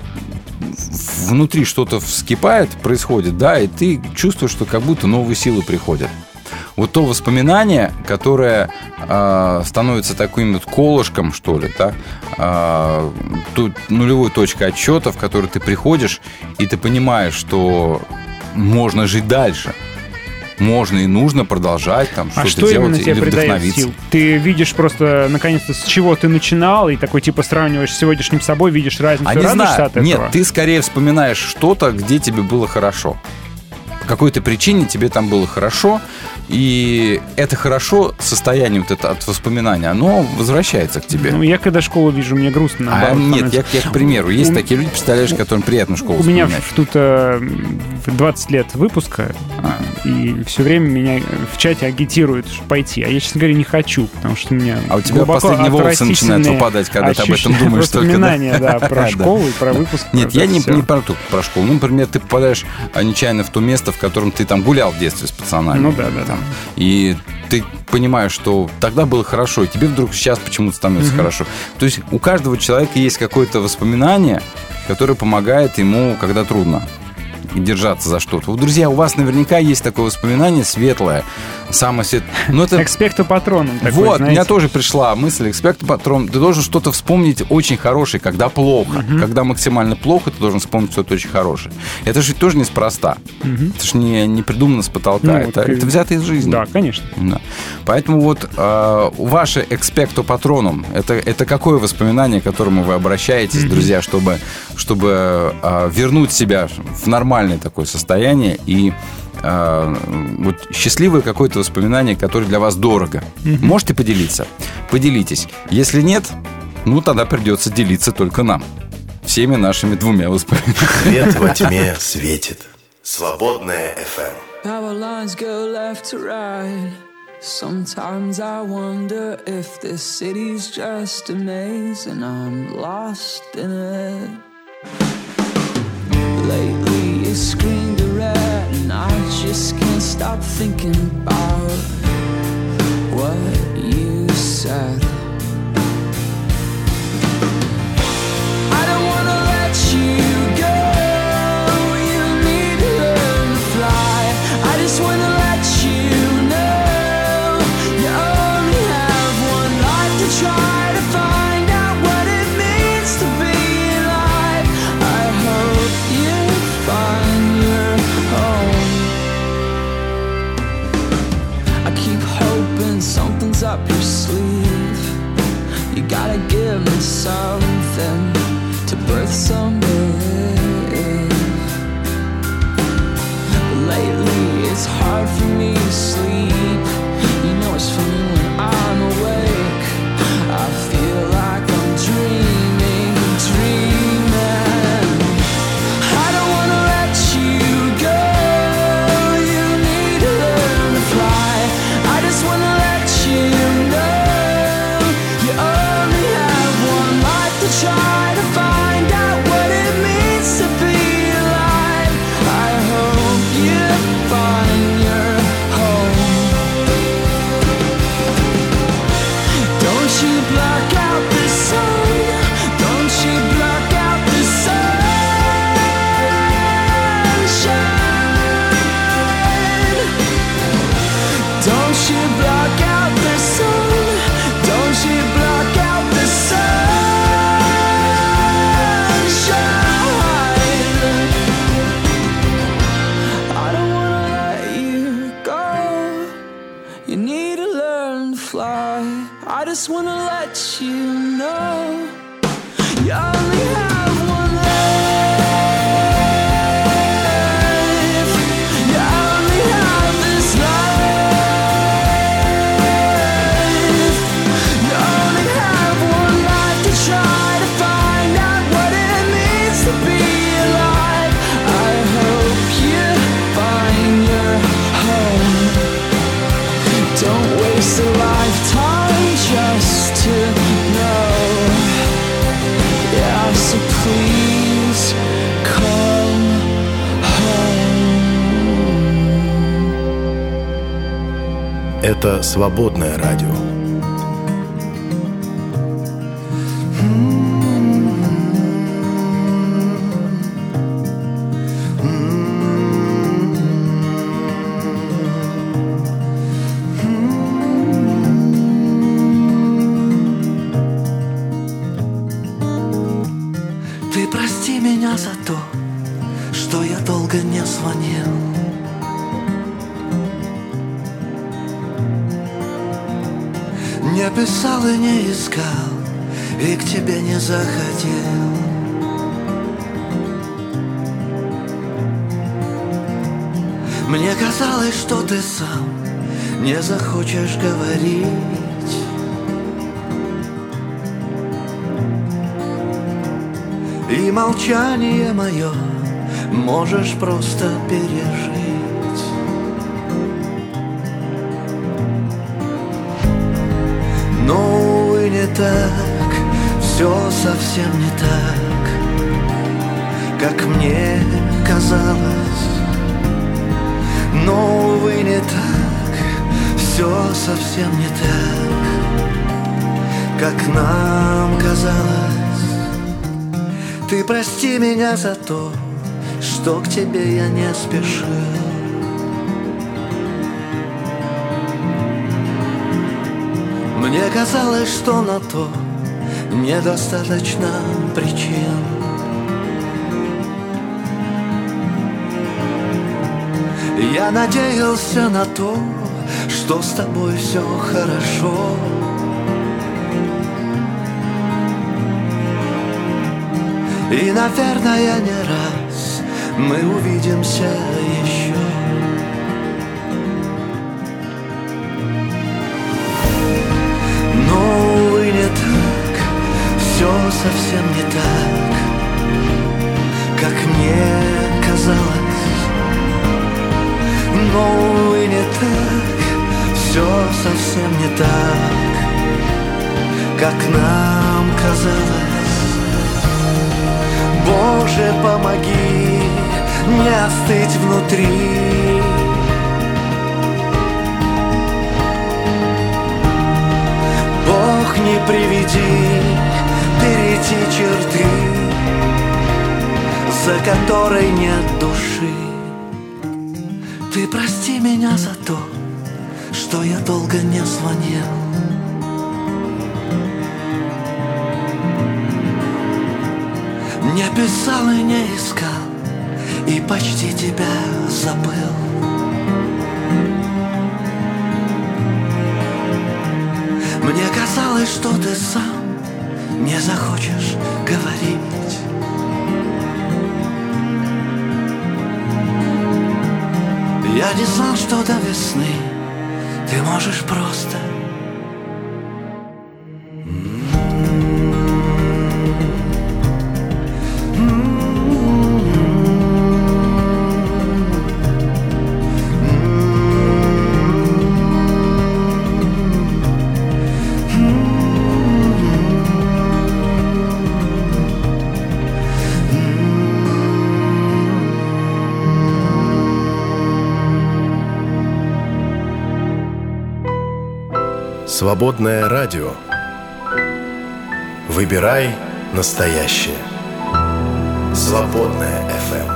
внутри что-то вскипает, происходит, да, и ты чувствуешь, что как будто новые силы приходят. Вот то воспоминание, которое э, становится таким вот колышком, что ли, да, э, тут нулевой точкой отсчета, в которой ты приходишь, и ты понимаешь, что можно жить дальше. Можно и нужно продолжать там а что-то что делать или вдохновиться. Сил? Ты видишь просто, наконец-то, с чего ты начинал, и такой, типа, сравниваешь с сегодняшним собой, видишь разницу, а не радуешься знаю. от этого? Нет, ты скорее вспоминаешь что-то, где тебе было хорошо. По какой-то причине тебе там было хорошо, и это хорошо, состояние вот это от воспоминания, оно возвращается к тебе. Ну, я когда школу вижу, мне грустно. А нет, я, я к примеру. Есть у... такие люди, представляешь, которым приятно школу У вспоминать. меня тут э, двадцать лет выпуска, а. и все время меня в чате агитируют пойти. А я, честно говоря, не хочу, потому что у меня А у тебя последние волосы начинают выпадать, когда ты об этом думаешь только. Воспоминания, да, про школу и про выпуск. Нет, я не про школу. Ну, например, ты попадаешь нечаянно в то место, в котором ты там гулял в детстве с пацанами. Ну да, да. И ты понимаешь, что тогда было хорошо, и тебе вдруг сейчас почему-то становится mm-hmm. хорошо. То есть у каждого человека есть какое-то воспоминание, которое помогает ему, когда трудно. держаться за что-то. Вот, друзья, у вас наверняка есть такое воспоминание светлое, самое светлое. Но это... Экспекто патроном такой, Вот, знаете. у меня тоже пришла мысль, экспекто патрон. Ты должен что-то вспомнить очень хорошее, когда плохо. Uh-huh. Когда максимально плохо, ты должен вспомнить что-то очень хорошее. Это же тоже неспроста. Uh-huh. Это же не, не придумано с потолка. Ну, это, вот, это взято из жизни. Да, конечно. Да. Поэтому вот э, ваше экспекто патроном, это, это какое воспоминание, к которому вы обращаетесь, uh-huh. друзья, чтобы, чтобы э, вернуть себя в нормальное такое состояние и э, вот счастливое какое-то воспоминание, которое для вас дорого. Uh-huh. Можете поделиться? Поделитесь. Если нет, ну тогда придется делиться только нам. Всеми нашими двумя воспоминаниями. Свет во тьме светит. Свободная эф эм. Power lines go left to right. Sometimes I wonder if this city's just a maze and I'm lost in it. Lately it's green to red and I just can't stop thinking about what you said. I don't wanna let you go. You need to learn to fly. I just wanna let you know you only have one life to try to find out what it means to be alive. I hope you find your home. I keep hoping something's up your sleeve. You gotta give me something to birth some belief. But lately it's hard for me to sleep. You know it's funny when I'm awake. I feel like I'm dreaming, dreaming. I don't wanna let you go. You need to learn to fly. I just wanna let you know you only have one life to try to find out what it means to be alive. I hope you find your home. Don't you block out the sun. Don't you block out the sunshine. Don't you block out the sun. Don't you block out the sunshine. I don't wanna let you go. You need to learn to fly. I just wanna let you know you only have one life. You only have this life. You only have one life to try to find out what it means to be alive. I hope you find your home. Don't waste a lifetime just to know. Yeah, so please come home. Это свободное радио. Ты прости меня за то, что я долго не звонил. Не писал и не искал, и к тебе не заходил. Мне казалось, что ты сам не захочешь говорить. И молчание мое можешь просто пережить. Но, увы, не так, все совсем не так, как мне казалось. Но, увы, не так, все совсем не так, как нам казалось. Ты прости меня за то, что к тебе я не спешил. Мне казалось, что на то недостаточно причин. Я надеялся на то, что с тобой все хорошо. И, наверное, не раз мы увидимся еще. Но, увы, не так, все совсем не так, как мне казалось. Но, увы, не так, все совсем не так, как нам казалось. Боже, помоги не остыть внутри. Бог, не приведи перейти черты, за которой нет души. Ты прости меня за то, что я долго не звонил. Не писал и не искал, и почти тебя забыл. Мне казалось, что ты сам не захочешь говорить. Я не знал, что до весны ты можешь просто Свободное радио. Выбирай настоящее. Свободное эф эм.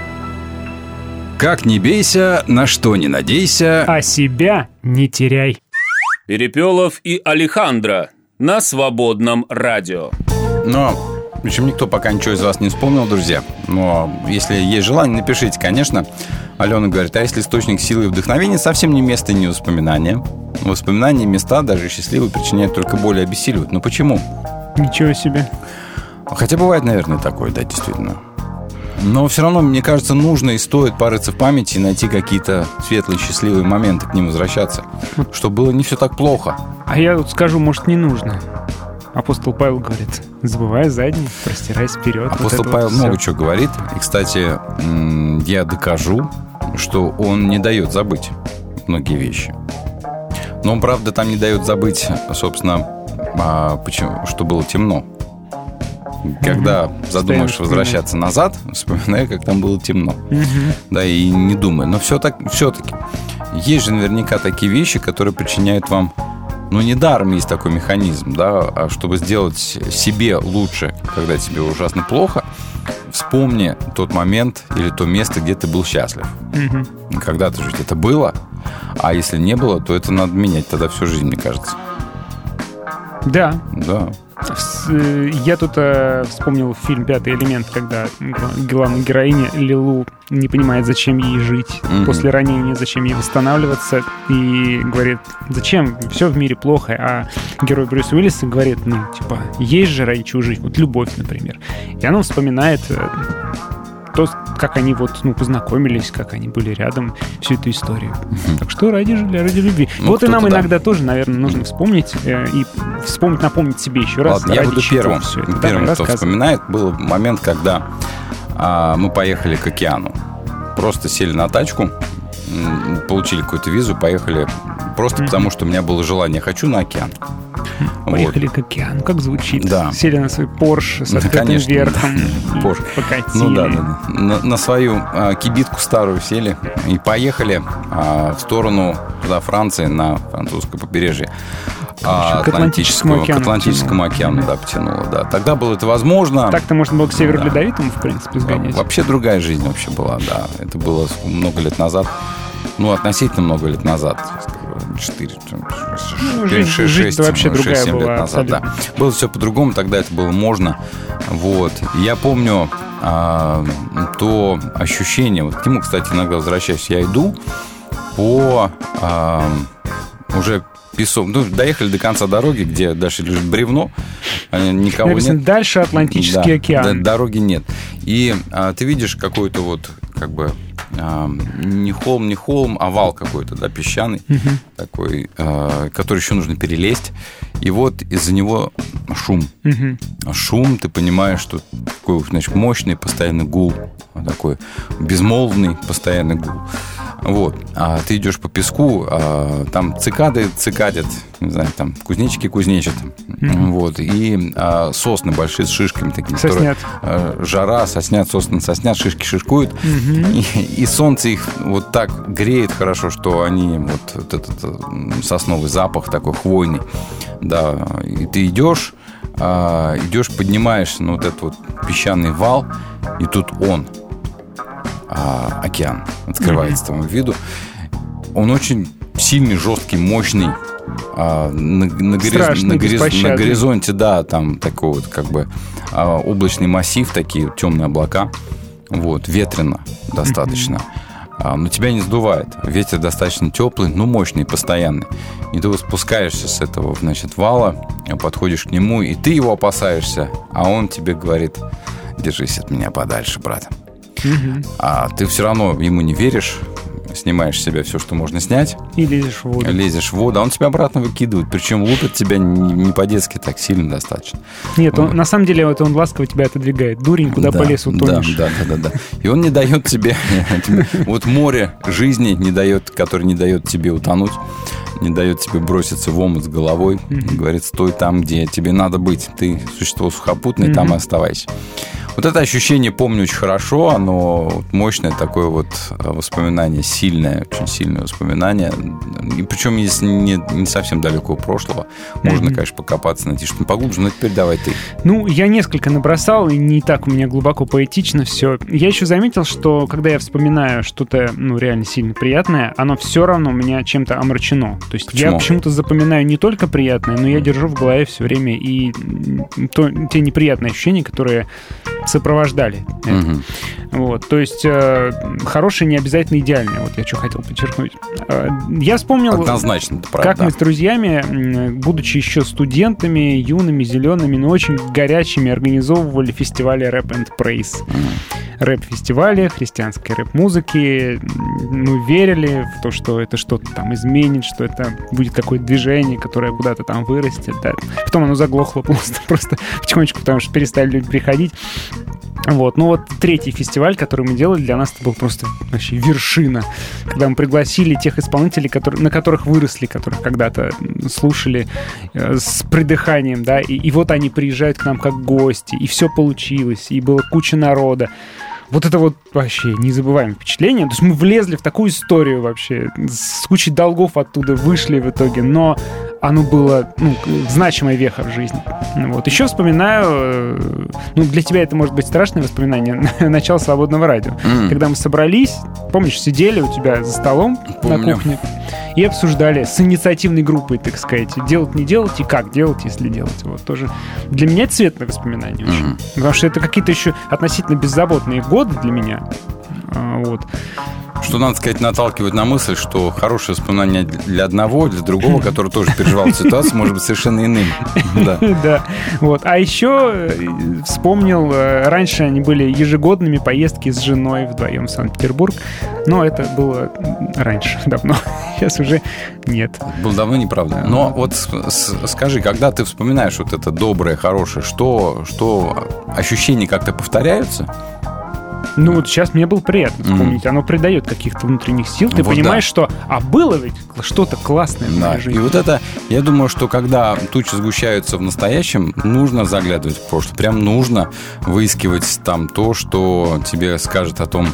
Как не бейся, на что не надейся, а себя не теряй. Перепелов и Алехандро на Свободном радио. Но, в общем, никто пока ничего из вас не вспомнил, друзья. Но если есть желание, напишите, конечно. Алена говорит, а если источник силы и вдохновения, совсем не место, не воспоминания. Воспоминания, места, даже счастливые, причиняют только боль и обессиливают. Но почему? Ничего себе. Хотя бывает, наверное, такое, да, действительно. Но все равно, мне кажется, нужно и стоит порыться в памяти и найти какие-то светлые, счастливые моменты, к ним возвращаться. Чтобы было не все так плохо. А я тут скажу, может, не нужно. Апостол Павел говорит, забывай задний, простирайся вперед. Апостол вот Павел вот много чего говорит. И, кстати, я докажу, что он не дает забыть многие вещи. Но он, правда, там не дает забыть, собственно, а, почему, что было темно. Когда mm-hmm. задумаешь Стоим возвращаться вспоминать. Назад, вспоминай, как там было темно. Mm-hmm. Да, и не думай. Но все так, все-таки есть же наверняка такие вещи, которые причиняют вам... Ну, недаром есть такой механизм, да, а чтобы сделать себе лучше, когда тебе ужасно плохо, вспомни тот момент или то место, где ты был счастлив. Mm-hmm. Когда-то же это было, а если не было, то это надо менять тогда всю жизнь, мне кажется. Да. Да. Я тут э, вспомнил фильм «Пятый элемент», когда главная героиня Лилу не понимает, зачем ей жить mm-hmm. после ранения, зачем ей восстанавливаться, и говорит, зачем, все в мире плохо, а герой Брюс Уиллиса говорит, ну, типа, есть же ради чего жить, вот любовь, например. И она вспоминает э, то, как они вот, ну, познакомились, как они были рядом, всю эту историю. Mm-hmm. Так что ради, ради любви. Ну, вот и нам иногда да. тоже, наверное, нужно вспомнить э, и вспомнить, напомнить себе еще раз. Ладно, я буду первым. Первым, кто вспоминает, был момент, когда а, мы поехали к океану. Просто сели на тачку, получили какую-то визу, поехали просто mm-hmm. потому, что у меня было желание, хочу на океан. Поехали вот. К океану, как звучит. Да. Сели на свой Порш с открытым Конечно, верхом. Да. Порш. Покатили. Ну да, да, да. На, на свою а, кибитку старую сели и поехали а, в сторону туда, Франции, на французское побережье. а, к Атлантическому океану. К Атлантическому океану, да, потянуло, да. Тогда было это возможно. Так-то можно было к Северу да. Ледовитому, в принципе, сгонять. Вообще другая жизнь вообще была, да. Это было много лет назад. Ну, относительно много лет назад. четыре, ну, шесть, шесть, вообще другая семь была, лет назад, да. Было все по-другому, тогда это было можно. Вот. Я помню а, то ощущение, вот к нему, кстати, иногда возвращаюсь, я иду по а, уже песок, ну, доехали до конца дороги, где дальше лежит бревно, никого написано, нет. Дальше Атлантический да, океан. Да, дороги нет. И а, ты видишь какой-то вот, как бы, а, не холм, не холм, а вал какой-то, да, песчаный, угу. такой, а, который еще нужно перелезть. И вот из-за него шум. Угу. Шум, ты понимаешь, что такой, значит, мощный постоянный гул, такой безмолвный постоянный гул. Вот. А ты идешь по песку, а там цикады цикадят, не знаю, там кузнечики кузнечат. Mm-hmm. Вот. И а, сосны большие с шишками такими. Соснят. Которые, а, жара, соснят, сосны соснят, шишки шишкуют. Mm-hmm. И, и солнце их вот так греет хорошо, что они вот, вот этот сосновый запах такой хвойный. Да. И ты идешь, а, идешь, поднимаешься на вот этот вот песчаный вал, и тут он. А, океан открывается mm-hmm. тому виду. Он очень сильный, жесткий, мощный. А, на, на, гориз... на, гориз... на горизонте, да, там такой вот как бы а, облачный массив, такие темные облака. Вот, ветрено достаточно. Mm-hmm. А, но тебя не сдувает. Ветер достаточно теплый, но мощный, постоянный. И ты вот спускаешься с этого, значит, вала, подходишь к нему, и ты его опасаешься, а он тебе говорит: держись от меня подальше, брат. Угу. А ты все равно ему не веришь, снимаешь с себя все, что можно снять. И лезешь в воду. Лезешь в воду, а он тебя обратно выкидывает. Причем лупит тебя не, не по-детски так сильно достаточно. Нет, он, на самом деле вот он ласково тебя отодвигает. Дурень, куда да, полез, утонешь. Да, да, да, да. И он не дает тебе... Вот море жизни не дает, которое не дает тебе утонуть, не дает тебе броситься в омут с головой. Говорит: стой там, где тебе надо быть. Ты существо сухопутное, там и оставайся. Вот это ощущение помню очень хорошо, оно мощное такое вот воспоминание, сильное, очень сильное воспоминание. И причем из не, не совсем далекого прошлого. Можно, mm-hmm. конечно, покопаться, найти что-то поглубже, но теперь давай ты. Ну, я несколько набросал, и не так у меня глубоко поэтично все. Я еще заметил, что когда я вспоминаю что-то, ну, реально сильно приятное, оно все равно у меня чем-то омрачено. То есть Почему? Я почему-то запоминаю не только приятное, но я держу в голове все время и то, те неприятные ощущения, которые сопровождали это. Mm-hmm. Вот, то есть э, хорошее не обязательно идеальное. Вот я что хотел подчеркнуть. Э, я вспомнил, однозначно, правда, как мы с друзьями, будучи еще студентами, юными, зелеными, но очень горячими, организовывали фестивали Rap and Praise. Mm-hmm. Рэп-фестивали, христианской рэп-музыки. Мы верили в то, что это что-то там изменит, что это будет какое-то движение, которое куда-то там вырастет. Да. Потом оно заглохло просто, просто потихонечку, потому что перестали люди приходить. Вот. Ну вот третий фестиваль, который мы делали, для нас это был просто вообще вершина. Когда мы пригласили тех исполнителей, которые, на которых выросли, которых когда-то слушали э, с придыханием, да, и, и вот они приезжают к нам как гости, и все получилось, и было куча народа. Вот это вот вообще незабываемое впечатление. То есть мы влезли в такую историю вообще, с кучей долгов оттуда вышли в итоге, но оно было, ну, значимая веха в жизни. Вот. Еще вспоминаю, ну, для тебя это может быть страшное воспоминание, начало свободного радио. Mm. Когда мы собрались, помнишь, сидели у тебя за столом Помню. на кухне и обсуждали с инициативной группой, так сказать, делать, не делать и как делать, если делать. Вот тоже для меня это светлое воспоминание очень. Mm. Потому что это какие-то еще относительно беззаботные годы для меня. Вот. Что, надо сказать, наталкивает на мысль, что хорошее воспоминание для одного, для другого, который тоже переживал ситуацию, может быть совершенно иным. Да. Да. Вот. А еще вспомнил, раньше они были ежегодными поездки с женой вдвоем в Санкт-Петербург, но это было раньше, давно. Сейчас уже нет. Было давно, неправда. Но вот скажи, когда ты вспоминаешь вот это доброе, хорошее, что, что ощущения как-то повторяются? Ну, вот сейчас мне было приятно вспомнить. Mm. Оно придает каких-то внутренних сил. Ты вот понимаешь, да. что... А было ведь что-то классное в моей да. жизни. И вот это... Я думаю, что когда тучи сгущаются в настоящем, нужно заглядывать в прошлое. Прям нужно выискивать там то, что тебе скажет о том,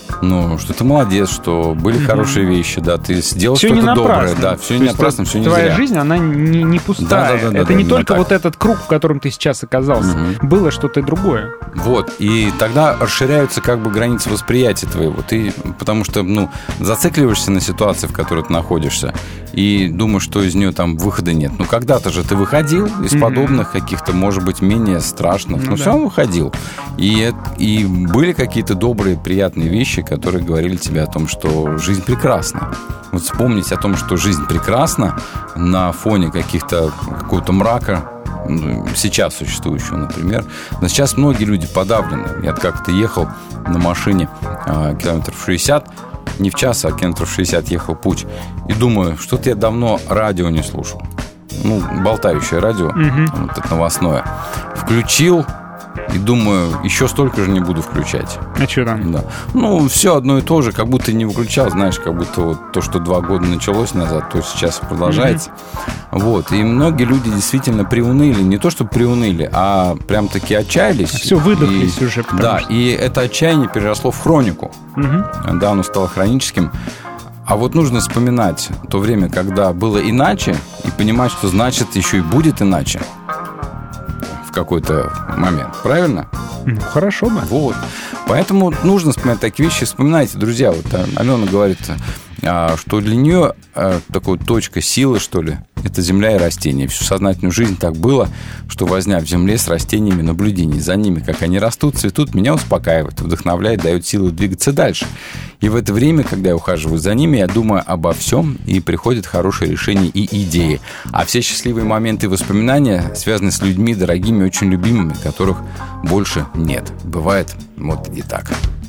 Ну, что ты молодец, что были mm-hmm. хорошие вещи, да, ты сделал все что-то доброе, да, все не напрасно, все не зря. Твоя жизнь, она не, не пустая. Да, да, да, это да, не да, только вот этот круг, в котором ты сейчас оказался. Mm-hmm. Было что-то другое. Вот, и тогда расширяются как бы границы восприятия твоего. Ты, потому что, ну, зацикливаешься на ситуации, в которой ты находишься, и думаешь, что из нее там выхода нет. Ну, когда-то же ты выходил из mm-hmm. подобных каких-то, может быть, менее страшных, ну, но да. все равно выходил. И, и были какие-то добрые, приятные вещи, которые говорили тебе о том, что жизнь прекрасна. Вот вспомнить о том, что жизнь прекрасна на фоне каких-то, какого-то мрака, сейчас существующего, например. Но сейчас многие люди подавлены. Я как-то ехал на машине э, километров шестьдесят, не в час, а километров шестьдесят ехал путь. И думаю, что-то я давно радио не слушал. Ну, болтающее радио, mm-hmm. вот это новостное. Включил и думаю, еще столько же не буду включать. А что там? Да. Ну, все одно и то же, как будто не выключал, знаешь, как будто вот то, что два года началось назад, то сейчас продолжается. Mm-hmm. Вот. И многие люди действительно приуныли. Не то, что приуныли, а прям-таки отчаялись. А все, выдохлись и, уже. Да, что... и это отчаяние переросло в хронику. Mm-hmm. Да, оно стало хроническим. А вот нужно вспоминать то время, когда было иначе, и понимать, что значит еще и будет иначе в какой-то момент. Правильно? Ну, хорошо бы. Вот. Поэтому нужно вспоминать такие вещи. Вспоминайте, друзья. Вот Алена говорит, что для нее такая точка силы, что ли, это земля и растения. Всю сознательную жизнь так было, что возня в земле с растениями, наблюдение за ними, как они растут, цветут, меня успокаивает, вдохновляет, дает силы двигаться дальше. И в это время, когда я ухаживаю за ними, я думаю обо всем, и приходят хорошие решения и идеи. А все счастливые моменты и воспоминания связаны с людьми дорогими, очень любимыми, которых больше нет. Бывает вот и так.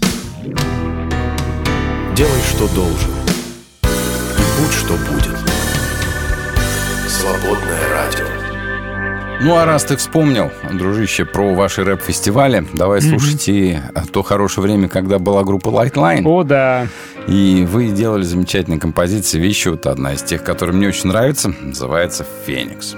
Делай, что должен, и будь, что будет. Свободное радио. Ну, а раз ты вспомнил, дружище, про ваши рэп-фестивали, давай mm-hmm. слушайте то хорошее время, когда была группа Lightline. О, да. И вы делали замечательные композиции. Вещи, вот одна из тех, которая мне очень нравится, называется «Феникс».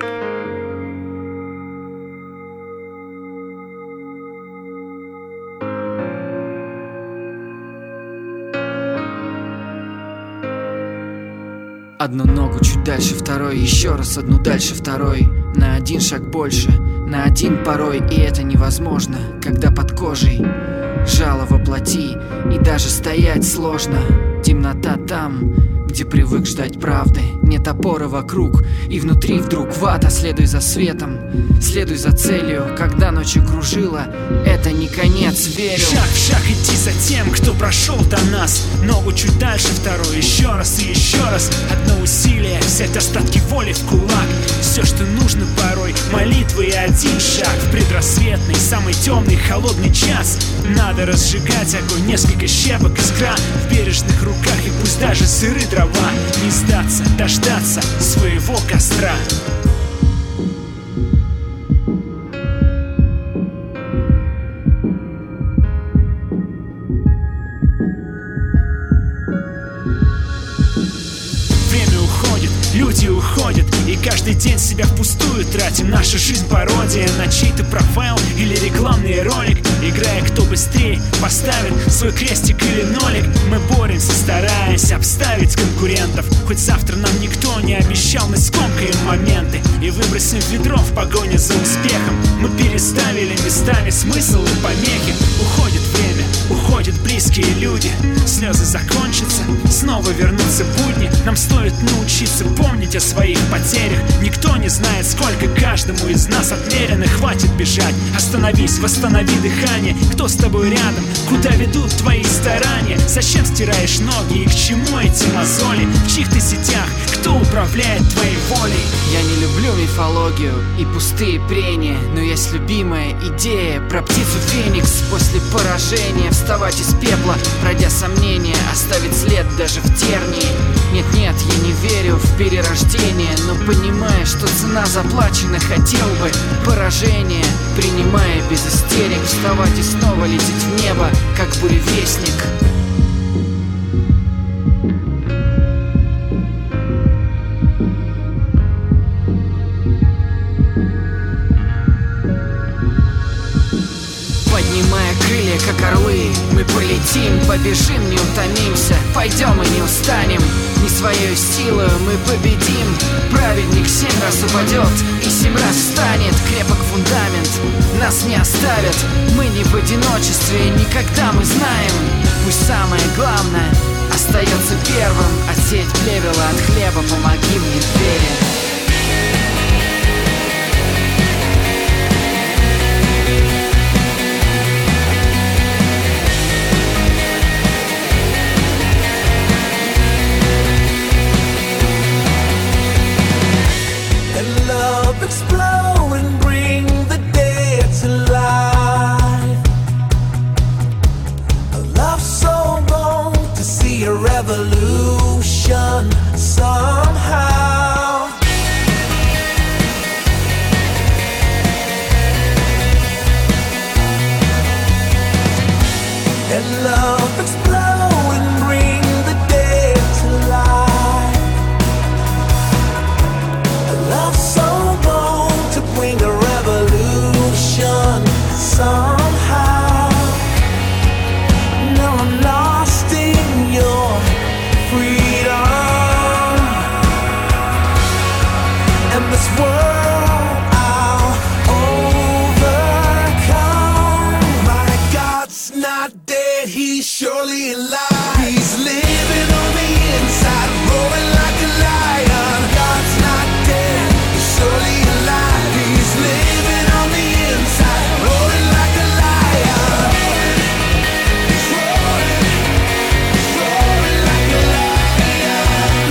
Одну ногу чуть дальше второй, еще раз одну дальше второй. На один шаг больше, на один порой. И это невозможно, когда под кожей жало во плоти, и даже стоять сложно. Темнота там, где привык ждать правды. Нет опоры вокруг, и внутри вдруг вата. Следуй за светом, следуй за целью. Когда ночь окружила, это не конец, верю. Шаг в шаг идти за тем, кто прошел до нас. Ногу чуть дальше второй, еще раз и еще раз. Одно усилие, взять остатки воли в кулак. Все, что нужно порой, молитвы и один шаг. В предрассветный, самый темный, холодный час надо разжигать огонь, несколько щепок искра в бережных руках, и пусть даже сыры дрова. Не сдаться, дождаться своего костра. Время уходит, люди уходят, и каждый день себя впустую тратим. Наша жизнь пародия на чей-то профайл или рекламный ролик. Играя, кто быстрее поставит свой крестик или нолик. Мы боремся, стараясь обставить конкурентов. Хоть завтра нам никто не обещал, мы скомкаем моменты и выбросим в ведро в погоне за успехом. Мы переставили местами смысл и помехи. Уходит время, уходят близкие люди. Слезы закончатся, снова вернутся будни. Нам стоит научиться помнить о своих потерях. Никто не знает, сколько каждому из нас отмерено. Хватит бежать, остановись, восстанови дыхание. Кто с тобой рядом, куда ведут твои старания? Зачем стираешь ноги и к чему эти мозоли? В чьих ты сетях, кто управляет твоей волей? Я не люблю мифологию и пустые прения, но есть любимая идея про птицу Феникс. После поражения вставать из пепла, пройдя сомнения, оставить след даже в тернии. Нет-нет, я не верю в перерождение, но понимая, что цена заплачена, хотел бы поражение, принимая без истерик, вставать и снова лететь в небо, как буревестник. Поднимая крылья, как орлы, мы полетим, побежим, не утомимся, пойдем и не устанем. Не своей силой мы победим. Праведник семь раз упадет и семь раз встанет. Крепок фундамент, нас не оставят. Мы не в одиночестве, никогда мы знаем. Пусть самое главное остается первым. Отсеять плевела от хлеба, помоги мне в вере. Explode and bring the dead to life. A love so born to see a revolution somehow. And love explode and bring the dead to life. A love so bring a revolution somehow. Now I'm lost in your freedom, and this world I'll overcome. My God's not dead, he's surely alive. He's living on the inside, roaring like a lion. God's not dead, he's surely alive. Living on the inside, roaring like a lion. He's roaring, he's roaring like a lion.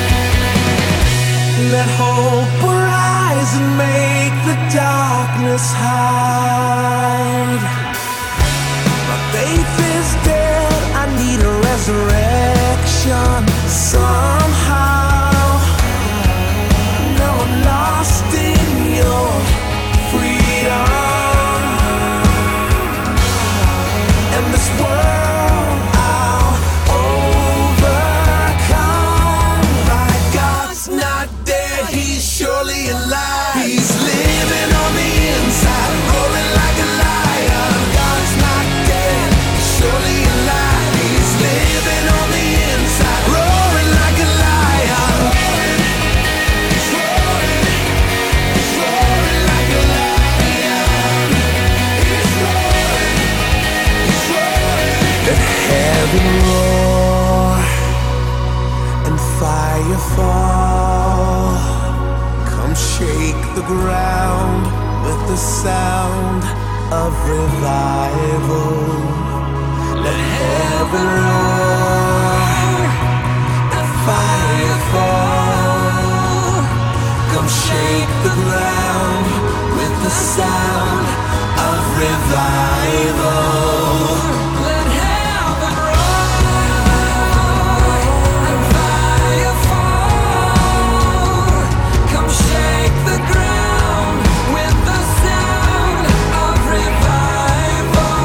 Let hope arise and make the darkness hide. My faith is dead, I need a resurrection somehow. Now I'm lost in your freedom, and this world I'll overcome. My God's not dead, he's surely alive. He's living on the inside, roaring like a lion. God's not dead, he's surely alive. He's living on the inside, roaring like a lion. He's roaring, he's roaring like a lion. Let heaven roar and fire fall. Come shake the ground with the sound of revival. Let heaven roar and fire fall. Come shake the ground with the sound of revival. Let heaven roar and fire fall. Come shake the ground with the sound of revival.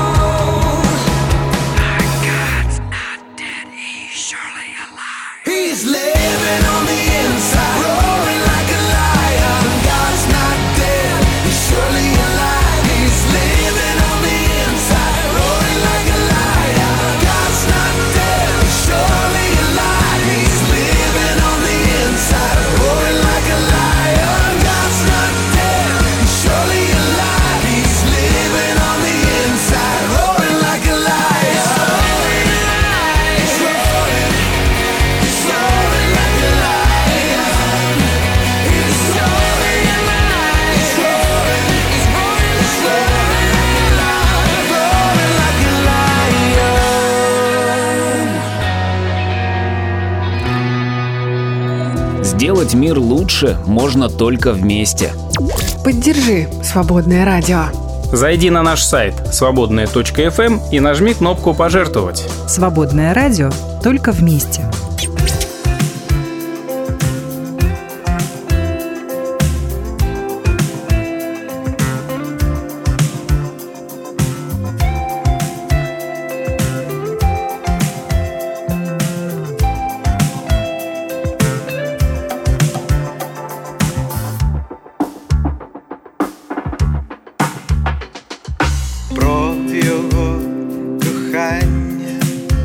My God's not dead, he's surely alive. He's living on the inside, roaring like a lion. God's not dead, he's surely alive. He's living on the inside, roaring like a lion. God's not dead, he's surely alive. He's living on the inside, roaring like a lion. God's not dead, he's surely alive. He's living on the inside, roaring like a lion. He's roaring, he's roaring like a lion. He's roaring, he's roaring, he's roaring, he's roaring like a lion, roaring like a lion. Сделать мир лучше можно только вместе. Поддержи «Свободное радио». Зайди на наш сайт свободное точка эф эм и нажми кнопку «Пожертвовать». «Свободное радио» только вместе. кажуть його кохання,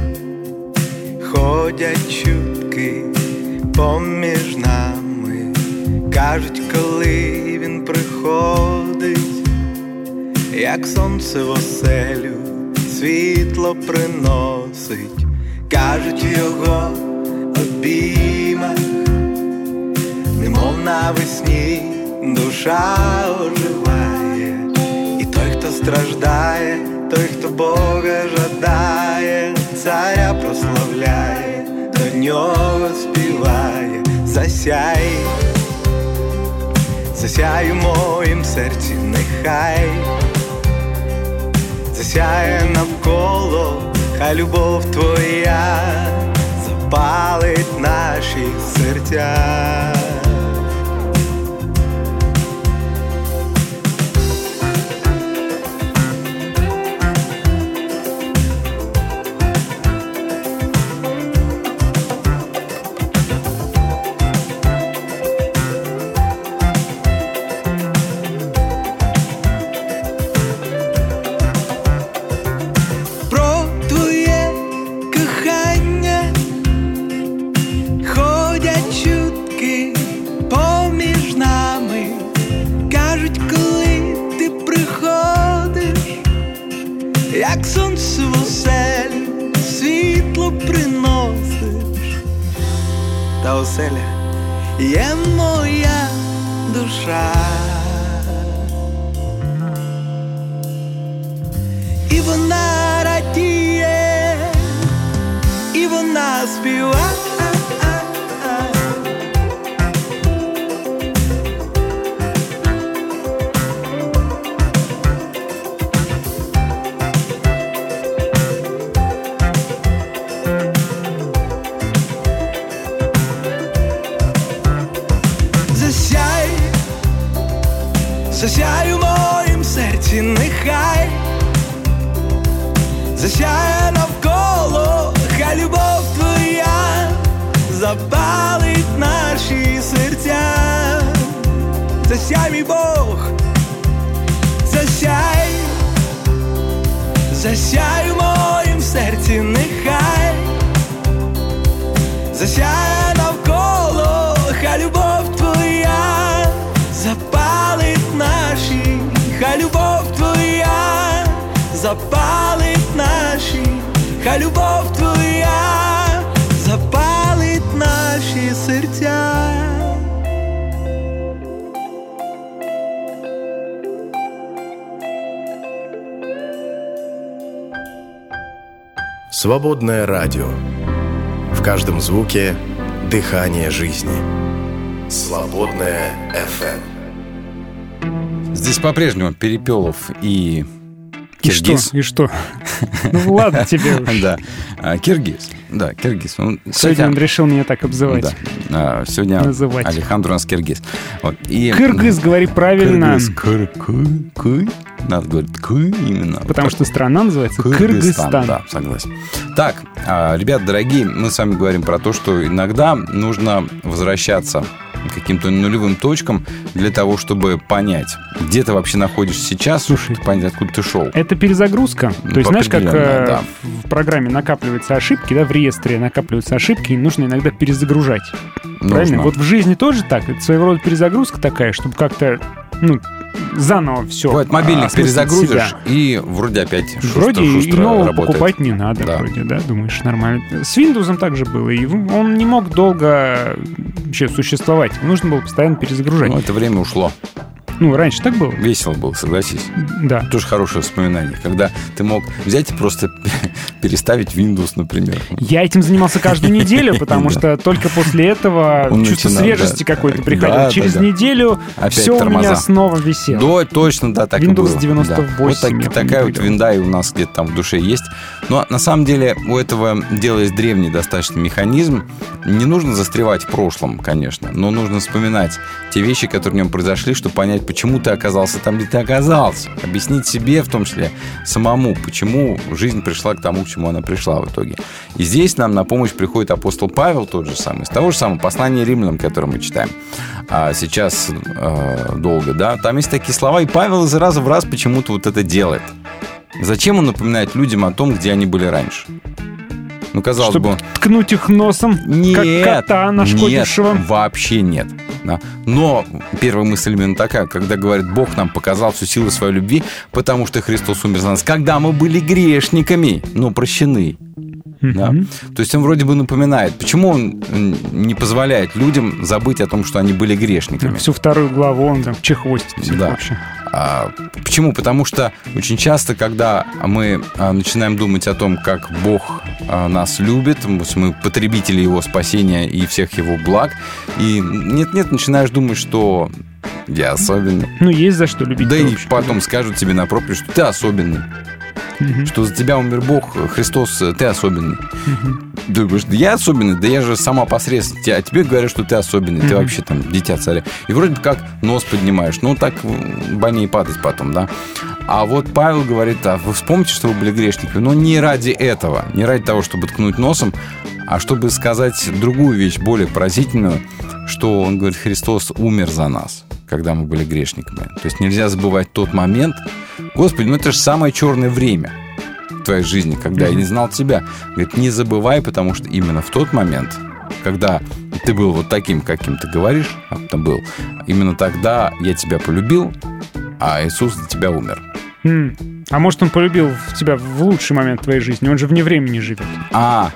ходять чутки поміж нами, кажуть, коли він приходить, як сонце в оселю світло приносить, кажуть в його обіймах, немов навесні душа оживає, і той, хто страждає, той, хто Бога жадає, царя прославляє, до нього співає. Засяй, засяй у моїм серці, нехай засяє навколо, хай любов твоя запалить наші серця. Як сонце в оселю світло приносиш, та оселя є моя душа, і вона радіє, і вона співає. Засяй у моїм серці, нехай засяє навколо, хай любов твоя запалить наші серця. Засяй, мій Бог, засяй, засяй у моїм серці, нехай засяє навколо, хай любов твоя запалить наші, хай любов твоя запалить наші, хай любов твоя запалить наші серця. Свободное радио. В каждом звуке дыхание жизни. Свободное эф эм. Здесь по-прежнему Перепелов и Киргиз. И что? И что? Ну ладно тебе уж. Да, Киргиз. Да, Киргиз. Сегодня он решил меня так обзывать. Да. Сегодня Алехандро у нас Киргиз. Кыргыз, говори правильно. Кыргыз. Надо говорить «кы» именно. Потому что страна называется Кыргызстан. Да, согласен. Так, ребят дорогие, мы с вами говорим про то, что иногда нужно возвращаться к каким-то нулевым точкам для того, чтобы понять, где ты вообще находишься сейчас. Слушай, понять, откуда ты шел. Это перезагрузка. То есть, знаешь, как да. в программе накапливаются ошибки, да, в реестре накапливаются ошибки, и нужно иногда перезагружать. Нужно. Правильно? Вот в жизни тоже так. Это своего рода перезагрузка такая, чтобы как-то, ну, заново все. Вот мобильник перезагрузишь, себя. И вроде опять шустро, вроде шустро и нового работает. Покупать не надо, да. Вроде, да, думаешь, нормально. С Windows также было, и он не мог долго вообще существовать. Нужно было постоянно перезагружать. Ну, это время ушло. Ну, раньше так было. Весело было, согласись. Да. Тоже хорошее воспоминание, когда ты мог взять и просто переставить Windows, например. Я этим занимался каждую неделю, потому что только после этого чувство свежести какой-то приходило. Через неделю все у меня снова висело. Да, точно, да, так и было. Windows девяносто восемь. Вот такая вот винда и у нас где-то там в душе есть. Но на самом деле у этого дела есть древний достаточно механизм. Не нужно застревать в прошлом, конечно, но нужно вспоминать те вещи, которые в нем произошли, чтобы понять, почему ты оказался там, где ты оказался. Объяснить себе, в том числе самому, почему жизнь пришла к тому, к чему она пришла в итоге. И здесь нам на помощь приходит апостол Павел, тот же самый, с того же самого послания римлянам, которое мы читаем а сейчас э, долго, да, там есть такие слова, и Павел из раза в раз почему-то вот это делает. Зачем он напоминает людям о том, где они были раньше? Ну, казалось Чтобы бы... ткнуть их носом, нет, как кота нашкодившего. Нет, вообще нет. Да. Но первая мысль именно такая, когда говорит, Бог нам показал всю силу своей любви, потому что Христос умер за нас, когда мы были грешниками, но прощены. Mm-hmm. Да? То есть он вроде бы напоминает, почему он не позволяет людям забыть о том, что они были грешниками. Всю вторую главу он там чехвостит. Да. Вообще. А, почему? Потому что очень часто, когда мы а, начинаем думать о том, как Бог а, нас любит, мы потребители Его спасения и всех Его благ, и нет-нет, начинаешь думать, что я особенный. Ну, есть за что любить. Да и потом скажут тебе на проповедь, что ты особенный. Mm-hmm. Что за тебя умер Бог, Христос, ты особенный. Mm-hmm. Ты говоришь, да я особенный, да я же сама посредственность. А тебе говорят, что ты особенный, mm-hmm. ты вообще там дитя царя. И вроде бы как нос поднимаешь, ну так больнее падать потом, да. А вот Павел говорит, а вы вспомните, что вы были грешниками, но не ради этого, не ради того, чтобы ткнуть носом, а чтобы сказать другую вещь, более поразительную, что он говорит, Христос умер за нас, когда мы были грешниками. То есть нельзя забывать тот момент. Господи, ну это же самое черное время в твоей жизни, когда я не знал тебя. Говорит, не забывай, потому что именно в тот момент, когда ты был вот таким, каким ты говоришь, а ты был, именно тогда я тебя полюбил, а Иисус за тебя умер. Mm. А может, он полюбил тебя в лучший момент твоей жизни? Он же вне времени живет. А,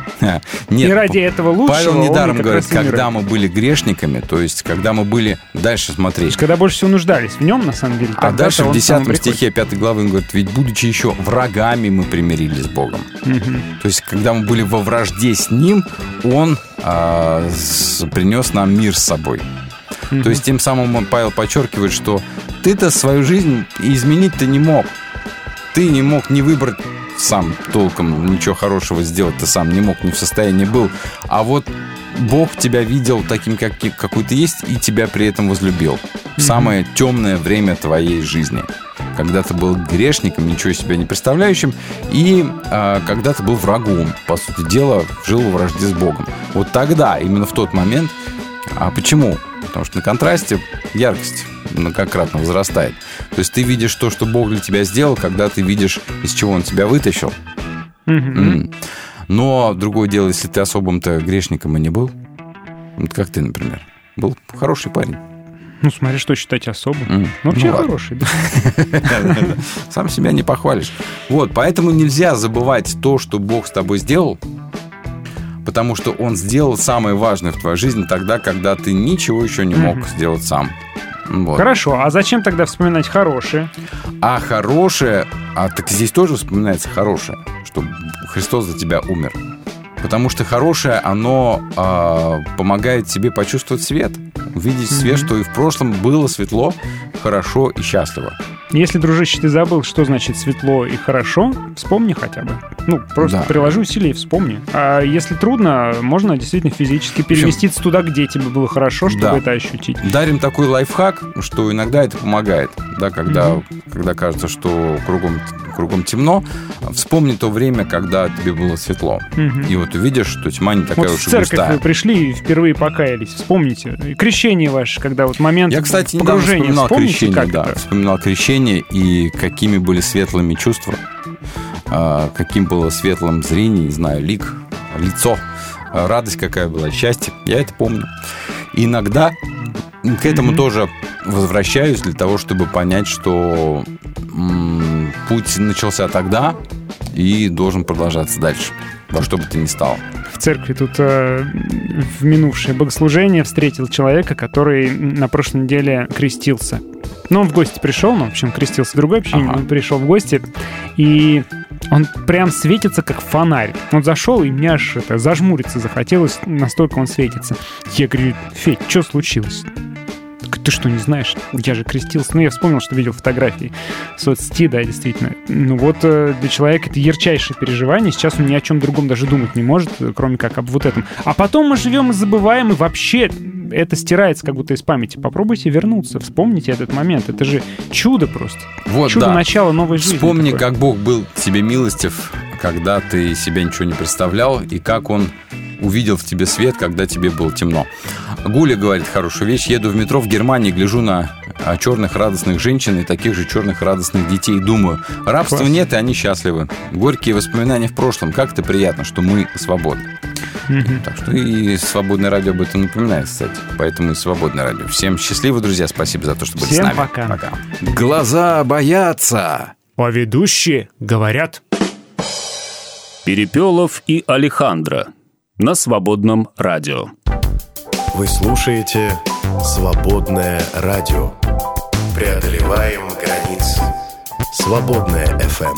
нет. И ради этого лучшего Павел недаром говорит, когда умирает. мы были грешниками, то есть, когда мы были... Дальше смотреть. То есть, когда больше всего нуждались в нем, на самом деле. А дальше в десятом стихе пятой главы он говорит, ведь будучи еще врагами, мы примирились с Богом. Mm-hmm. То есть, когда мы были во вражде с Ним, Он а, с, принес нам мир с собой. Mm-hmm. То есть, тем самым Павел подчеркивает, что ты-то свою жизнь изменить-то не мог. Ты не мог не выбрать сам толком ничего хорошего сделать, ты сам не мог, не в состоянии был. А вот Бог тебя видел таким, как, какой ты есть, и тебя при этом возлюбил. В самое темное время твоей жизни. Когда ты был грешником, ничего себе не представляющим, и а, когда ты был врагом, по сути дела, жил во вражде с Богом. Вот тогда, именно в тот момент. А почему? Потому что на контрасте яркость многократно возрастает. То есть ты видишь то, что Бог для тебя сделал, когда ты видишь, из чего Он тебя вытащил. Mm-hmm. Mm. Но другое дело, если ты особым-то грешником и не был. Вот как ты, например. Был хороший парень. Ну, смотри, что считать особым. Mm. Ну, вообще ну, хороший. Да? Сам себя не похвалишь. Вот, поэтому нельзя забывать то, что Бог с тобой сделал, потому что Он сделал самое важное в твоей жизни тогда, когда ты ничего еще не мог mm-hmm. сделать сам. Вот. Хорошо, а зачем тогда вспоминать хорошее? А хорошее, а так здесь тоже вспоминается хорошее, что Христос за тебя умер. Потому что хорошее, оно э, помогает тебе почувствовать свет, увидеть mm-hmm. свет, что и в прошлом было светло, хорошо и счастливо. Если, дружище, ты забыл, что значит светло и хорошо, вспомни хотя бы. Ну, просто да. приложи усилия и вспомни. А если трудно, можно действительно физически переместиться общем, туда, где тебе было хорошо, чтобы да. это ощутить. Дарим такой лайфхак, что иногда это помогает. Да, когда, mm-hmm. когда кажется, что кругом, кругом темно, вспомни то время, когда тебе было светло. Mm-hmm. И вот увидишь, что тьма не такая вот уж и густая. В церковь вы пришли и впервые покаялись. Вспомните. Крещение ваше, когда вот момент Я, кстати, погружения. вспоминал Вспомните, крещение, как да, это? вспоминал крещение и какими были светлыми чувства, каким было светлым зрение, не знаю, лик, лицо, радость какая была, счастье. Я это помню. И иногда к этому mm-hmm. тоже возвращаюсь для того, чтобы понять, что м- путь начался тогда и должен продолжаться дальше, во что бы то ни стало. В церкви тут э, в минувшее богослужение встретил человека, который на прошлой неделе крестился. Ну, он в гости пришел, ну, в общем, крестился другой общине, ага. он пришел в гости, и он прям светится, как фонарь. Он зашел, и мне аж это, зажмуриться захотелось, настолько он светится. Я говорю, Федь, что случилось? Ты что, не знаешь? Я же крестился. Ну, я вспомнил, что видел фотографии в соцсети, да, действительно. Ну, вот для человека это ярчайшее переживание. Сейчас он ни о чем другом даже думать не может, кроме как об вот этом. А потом мы живем и забываем, и вообще это стирается как будто из памяти. Попробуйте вернуться, вспомните этот момент. Это же чудо просто. Вот, чудо да. начала новой жизни. Вспомни, такое. Как Бог был к тебе милостив, когда ты себе ничего не представлял, и как Он увидел в тебе свет, когда тебе было темно. Гуля говорит хорошую вещь. Еду в метро в Германии, гляжу на о черных радостных женщин и таких же черных радостных детей. Думаю, рабства Класс. Нет, и они счастливы. Горькие воспоминания в прошлом. Как это приятно, что мы свободны. Mm-hmm. Так что и Свободное радио об этом напоминает, кстати. Поэтому и Свободное радио. Всем счастливо, друзья. Спасибо за то, что были Всем с нами. пока. Пока. Глаза боятся. А ведущие говорят. Перепелов и Алехандро на Свободном радио. Вы слушаете Свободное радио. Преодолеваем границы. Свободное эф эм.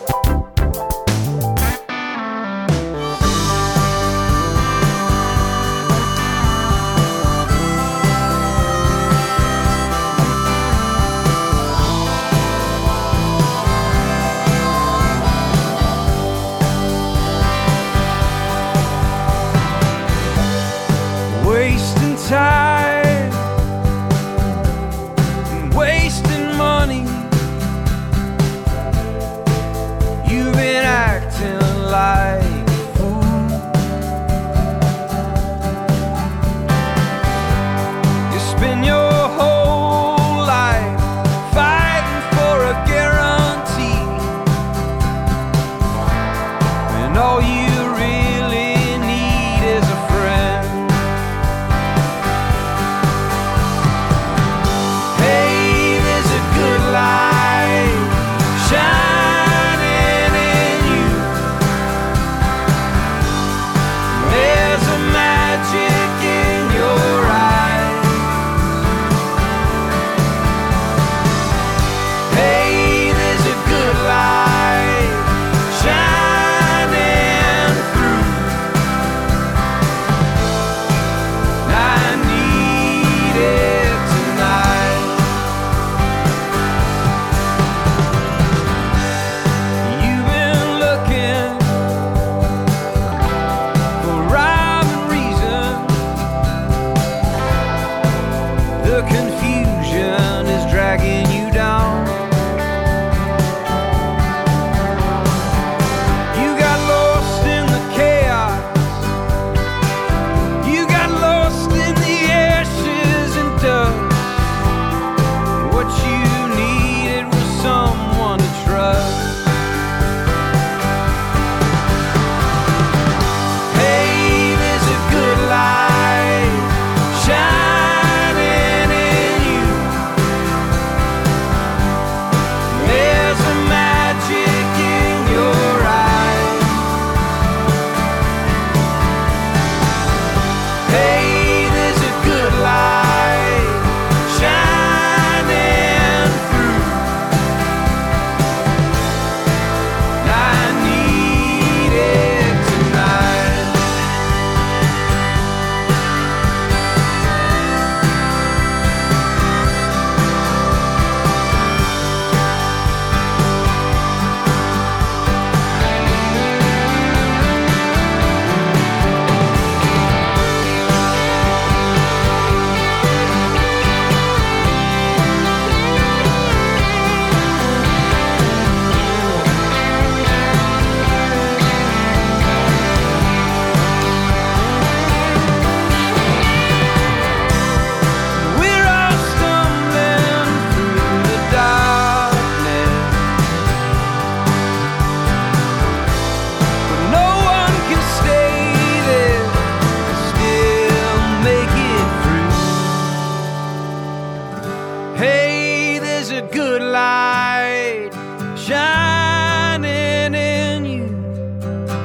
Wasting time and wasting money. You've been acting like a fool. You spend your whole life fighting for a guarantee, and all you really need is a friend.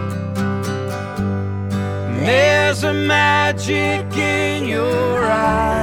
There's a magic in your eyes.